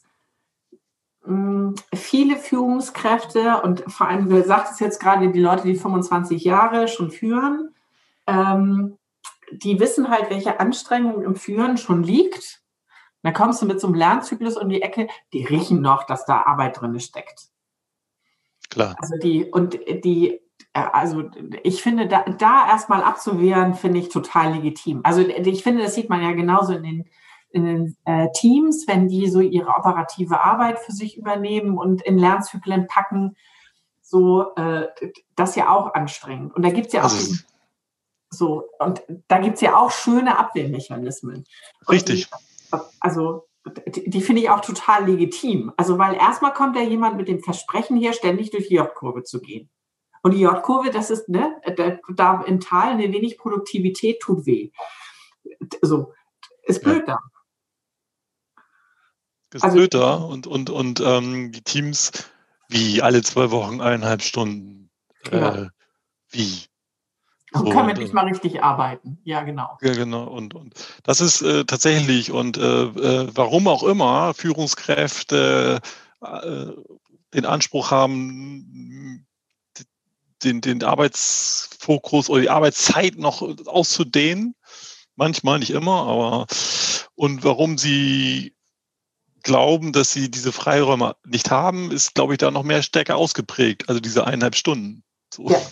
mh, viele Führungskräfte und vor allem, du sagtest jetzt gerade, die Leute, die fünfundzwanzig Jahre schon führen, ähm, die wissen halt, welche Anstrengung im Führen schon liegt. Dann kommst du mit so einem Lernzyklus um die Ecke, die riechen noch, dass da Arbeit drin steckt. Klar. Also die, und die, also ich finde, da, da erstmal abzuwehren, finde ich total legitim. Also ich finde, das sieht man ja genauso in den, in den äh, Teams, wenn die so ihre operative Arbeit für sich übernehmen und in Lernzyklen packen, so, äh, das ist ja auch anstrengend. Und da gibt es ja auch Also, diesen, so, und da gibt es ja auch schöne Abwehrmechanismen. Und richtig. Die, also die, die finde ich auch total legitim. Also weil erstmal kommt ja jemand mit dem Versprechen her, ständig durch die J-Kurve zu gehen. Und die J-Kurve, das ist, ne, da im Tal eine wenig Produktivität tut weh. So, ist blöd ja. da. Ist Also, blöd da und, und, und ähm, die Teams, wie alle zwei Wochen eineinhalb Stunden. Äh, ja. Wie? So, können wir nicht mal richtig arbeiten. Ja, genau. Ja, genau. Und, und das ist äh, tatsächlich, und äh, äh, warum auch immer Führungskräfte äh, den Anspruch haben, den, den Arbeitsfokus oder die Arbeitszeit noch auszudehnen, manchmal, nicht immer, aber und warum sie glauben, dass sie diese Freiräume nicht haben, ist, glaube ich, da noch mehr stärker ausgeprägt, also diese eineinhalb Stunden. So. Ja.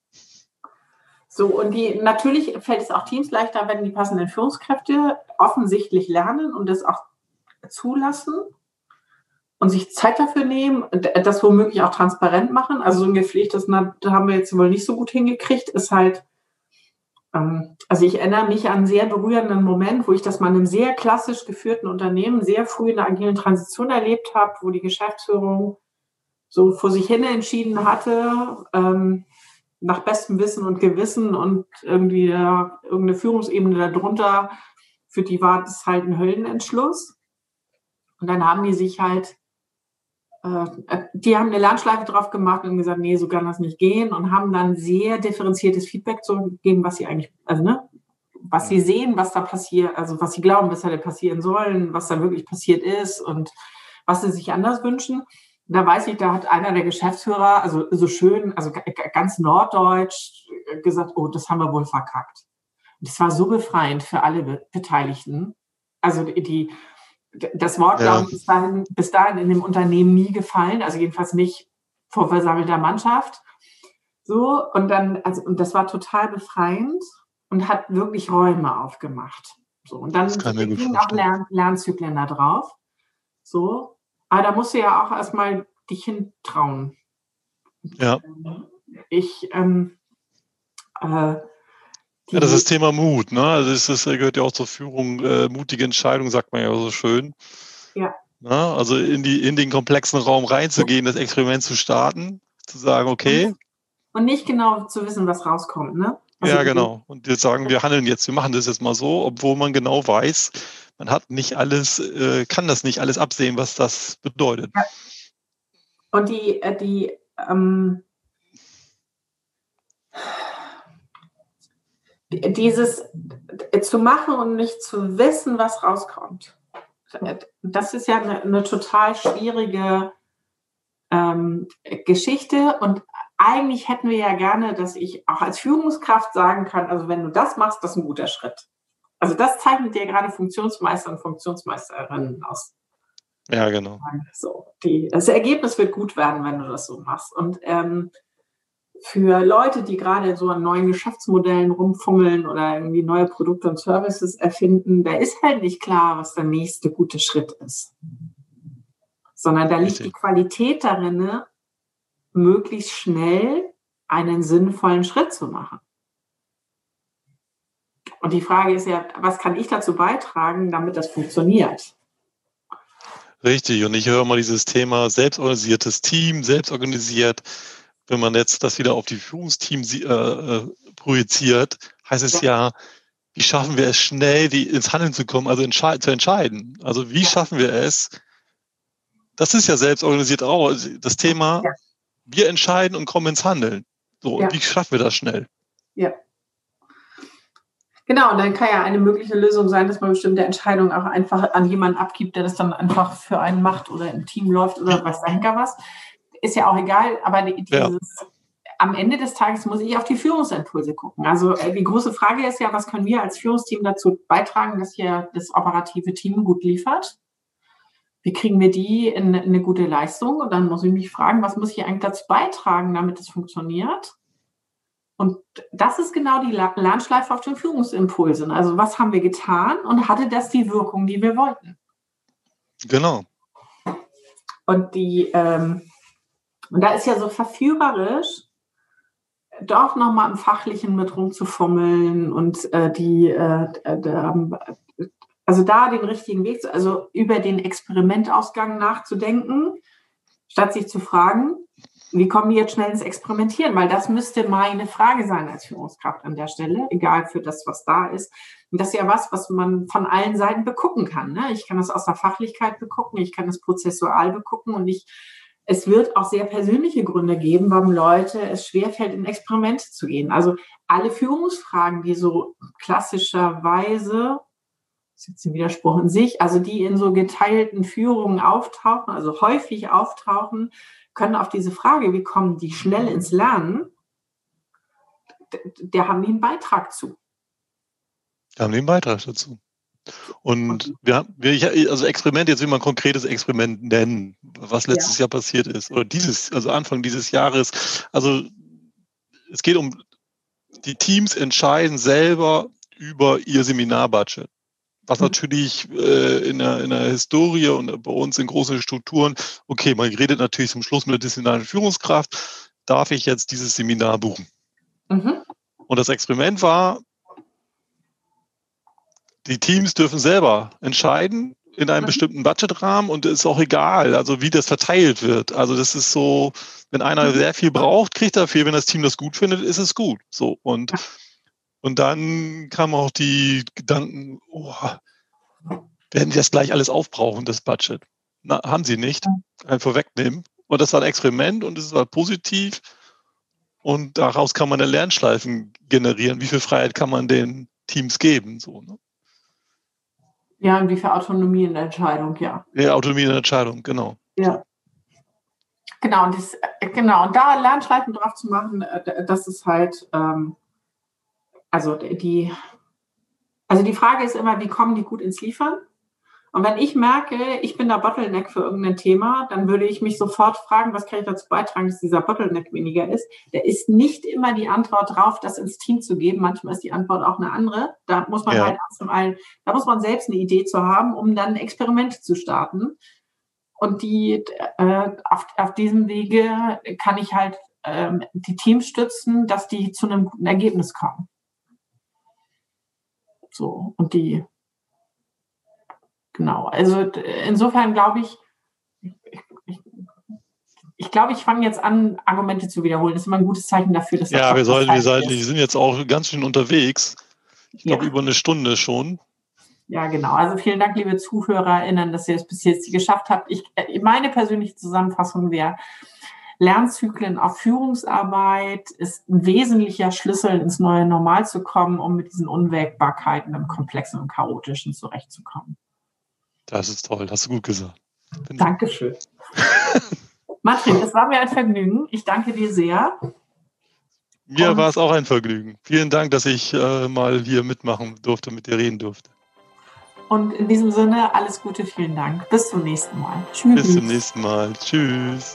So, und die, natürlich fällt es auch Teams leichter, wenn die passenden Führungskräfte offensichtlich lernen und das auch zulassen und sich Zeit dafür nehmen, das womöglich auch transparent machen. Also so ein gepflegtes, da haben wir jetzt wohl nicht so gut hingekriegt, ist halt, ähm, also ich erinnere mich an einen sehr berührenden Moment, wo ich das mal in einem sehr klassisch geführten Unternehmen sehr früh in der agilen Transition erlebt habe, wo die Geschäftsführung so vor sich hin entschieden hatte, ähm, nach bestem Wissen und Gewissen, und irgendwie ja, irgendeine Führungsebene darunter, für die war das halt ein Höllenentschluss. Und dann haben die sich halt, äh, die haben eine Lernschleife drauf gemacht und gesagt, nee, so kann das nicht gehen, und haben dann sehr differenziertes Feedback zurückgegeben, was sie eigentlich, also ne, was sie sehen, was da passiert, also was sie glauben, was da passieren sollen, was da wirklich passiert ist und was sie sich anders wünschen. Da weiß ich, da hat einer der Geschäftsführer, also so schön, also ganz norddeutsch gesagt, oh, das haben wir wohl verkackt. Und das war so befreiend für alle Beteiligten. Also die, das Wort, ja. glaube ich, ist dahin, bis dahin in dem Unternehmen nie gefallen, also jedenfalls nicht vor versammelter Mannschaft. So, und dann, also, und das war total befreiend und hat wirklich Räume aufgemacht. So, und dann gingen auch Lern, Lernzyklen da drauf. So. Aber da musst du ja auch erstmal dich hintrauen. Ja. Ich, ähm, äh, ja, das ist das Thema Mut, ne? Also das, ist, das gehört ja auch zur Führung, äh, mutige Entscheidung, sagt man ja so schön. Ja. Na, also in, die, in den komplexen Raum reinzugehen, das Experiment zu starten, zu sagen, okay. Und nicht genau zu wissen, was rauskommt, ne? Also ja, genau. Und jetzt sagen, wir handeln jetzt, wir machen das jetzt mal so, obwohl man genau weiß, man hat nicht alles, äh, kann das nicht alles absehen, was das bedeutet. Ja. Und die, äh, die, ähm, dieses äh, zu machen und nicht zu wissen, was rauskommt, das ist ja eine, eine total schwierige ähm, Geschichte. Und eigentlich hätten wir ja gerne, dass ich auch als Führungskraft sagen kann, also wenn du das machst, das ist ein guter Schritt. Also das zeichnet dir gerade Funktionsmeister und Funktionsmeisterinnen aus. Ja, genau. So, die, das Ergebnis wird gut werden, wenn du das so machst. Und ähm, für Leute, die gerade so an neuen Geschäftsmodellen rumfummeln oder irgendwie neue Produkte und Services erfinden, da ist halt nicht klar, was der nächste gute Schritt ist. Sondern da liegt die Qualität darin, möglichst schnell einen sinnvollen Schritt zu machen. Und die Frage ist ja, was kann ich dazu beitragen, damit das funktioniert? Richtig, und ich höre mal dieses Thema selbstorganisiertes Team, selbstorganisiert. Wenn man jetzt das wieder auf die Führungsteams äh, projiziert, heißt es ja. ja, wie schaffen wir es schnell, die ins Handeln zu kommen, also entsche- zu entscheiden? Also wie ja. schaffen wir es? Das ist ja selbstorganisiert auch das Thema, ja. wir entscheiden und kommen ins Handeln. So, ja. Wie schaffen wir das schnell? Ja. Genau, und dann kann ja eine mögliche Lösung sein, dass man bestimmte Entscheidungen auch einfach an jemanden abgibt, der das dann einfach für einen macht oder im Team läuft oder weiß der Henker was. Ist ja auch egal, aber dieses, ja. am Ende des Tages muss ich auf die Führungsimpulse gucken. Also die große Frage ist ja, was können wir als Führungsteam dazu beitragen, dass hier das operative Team gut liefert? Wie kriegen wir die in eine gute Leistung? Und dann muss ich mich fragen, was muss ich eigentlich dazu beitragen, damit es funktioniert? Und das ist genau die Lernschleife auf den Führungsimpulsen. Also was haben wir getan und hatte das die Wirkung, die wir wollten? Genau. Und die ähm, und da ist ja so verführerisch, doch nochmal im Fachlichen mit rumzufummeln und äh, die äh, äh, also da den richtigen Weg, also über den Experimentausgang nachzudenken, statt sich zu fragen, wie kommen wir jetzt schnell ins Experimentieren? Weil das müsste meine Frage sein als Führungskraft an der Stelle, egal für das, was da ist. Und das ist ja was, was man von allen Seiten begucken kann. Ne? Ich kann das aus der Fachlichkeit begucken, ich kann das prozessual begucken und ich, es wird auch sehr persönliche Gründe geben, warum Leute es schwerfällt, in Experimente zu gehen. Also alle Führungsfragen, die so klassischerweise, das ist jetzt ein Widerspruch in sich, also die in so geteilten Führungen auftauchen, also häufig auftauchen, können auf diese Frage, wie kommen die schnell ins Lernen, der haben die einen Beitrag zu. Da haben die einen Beitrag dazu. Und wir, wir, also Experiment, jetzt will man ein konkretes Experiment nennen, was letztes ja. Jahr passiert ist, oder dieses, also Anfang dieses Jahres. Also es geht um, die Teams entscheiden selber über ihr Seminarbudget. Was natürlich äh, in, der, in der Historie und bei uns in großen Strukturen, okay, man redet natürlich zum Schluss mit der disziplinarischen Führungskraft, darf ich jetzt dieses Seminar buchen? Mhm. Und das Experiment war, die Teams dürfen selber entscheiden in einem mhm. bestimmten Budgetrahmen und es ist auch egal, also wie das verteilt wird. Also das ist so, wenn einer mhm. sehr viel braucht, kriegt er viel, wenn das Team das gut findet, ist es gut. So und Und dann kamen auch die Gedanken, oh, werden die das gleich alles aufbrauchen, das Budget? Na, haben sie nicht. Einfach wegnehmen. Und das war ein Experiment und es war positiv. Und daraus kann man eine Lernschleifen generieren. Wie viel Freiheit kann man den Teams geben? So, ne? Ja, und wie viel Autonomie in der Entscheidung, ja. Ja, Autonomie in der Entscheidung, genau. Ja. Genau, und, das, genau. und da Lernschleifen drauf zu machen, das ist halt... Ähm, Also die, also die Frage ist immer, wie kommen die gut ins Liefern? Und wenn ich merke, ich bin der Bottleneck für irgendein Thema, dann würde ich mich sofort fragen, was kann ich dazu beitragen, dass dieser Bottleneck weniger ist? Da ist nicht immer die Antwort drauf, das ins Team zu geben. Manchmal ist die Antwort auch eine andere. Da muss man ja. halt zum einen, da muss man selbst eine Idee zu haben, um dann Experimente zu starten. Und die äh, auf, auf diesem Wege kann ich halt äh, die Teams stützen, dass die zu einem guten Ergebnis kommen. So, und die, genau, also insofern glaube ich, ich, ich, ich glaube, ich fange jetzt an, Argumente zu wiederholen. Das ist immer ein gutes Zeichen dafür, dass ja, wir sollten, wir sollten, die sind jetzt auch ganz schön unterwegs. Ich glaube, ja. über eine Stunde schon. Ja, genau. Also vielen Dank, liebe ZuhörerInnen, dass ihr es bis jetzt geschafft habt. Ich, meine persönliche Zusammenfassung wäre, Lernzyklen auf Führungsarbeit ist ein wesentlicher Schlüssel, ins neue Normal zu kommen, um mit diesen Unwägbarkeiten im Komplexen und Chaotischen zurechtzukommen. Das ist toll, hast du gut gesagt. Dankeschön. Martin, es war mir ein Vergnügen. Ich danke dir sehr. Mir Und war es auch ein Vergnügen. Vielen Dank, dass ich äh, mal hier mitmachen durfte, mit dir reden durfte. Und in diesem Sinne, alles Gute, vielen Dank. Bis zum nächsten Mal. Tschüss. Bis zum nächsten Mal. Tschüss.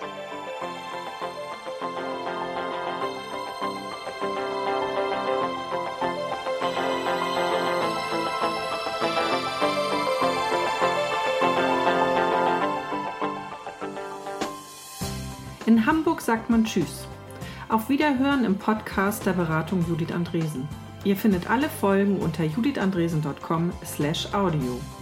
In Hamburg sagt man Tschüss. Auf Wiederhören im Podcast der Beratung Judith Andresen. Ihr findet alle Folgen unter judithandresen punkt com slash audio.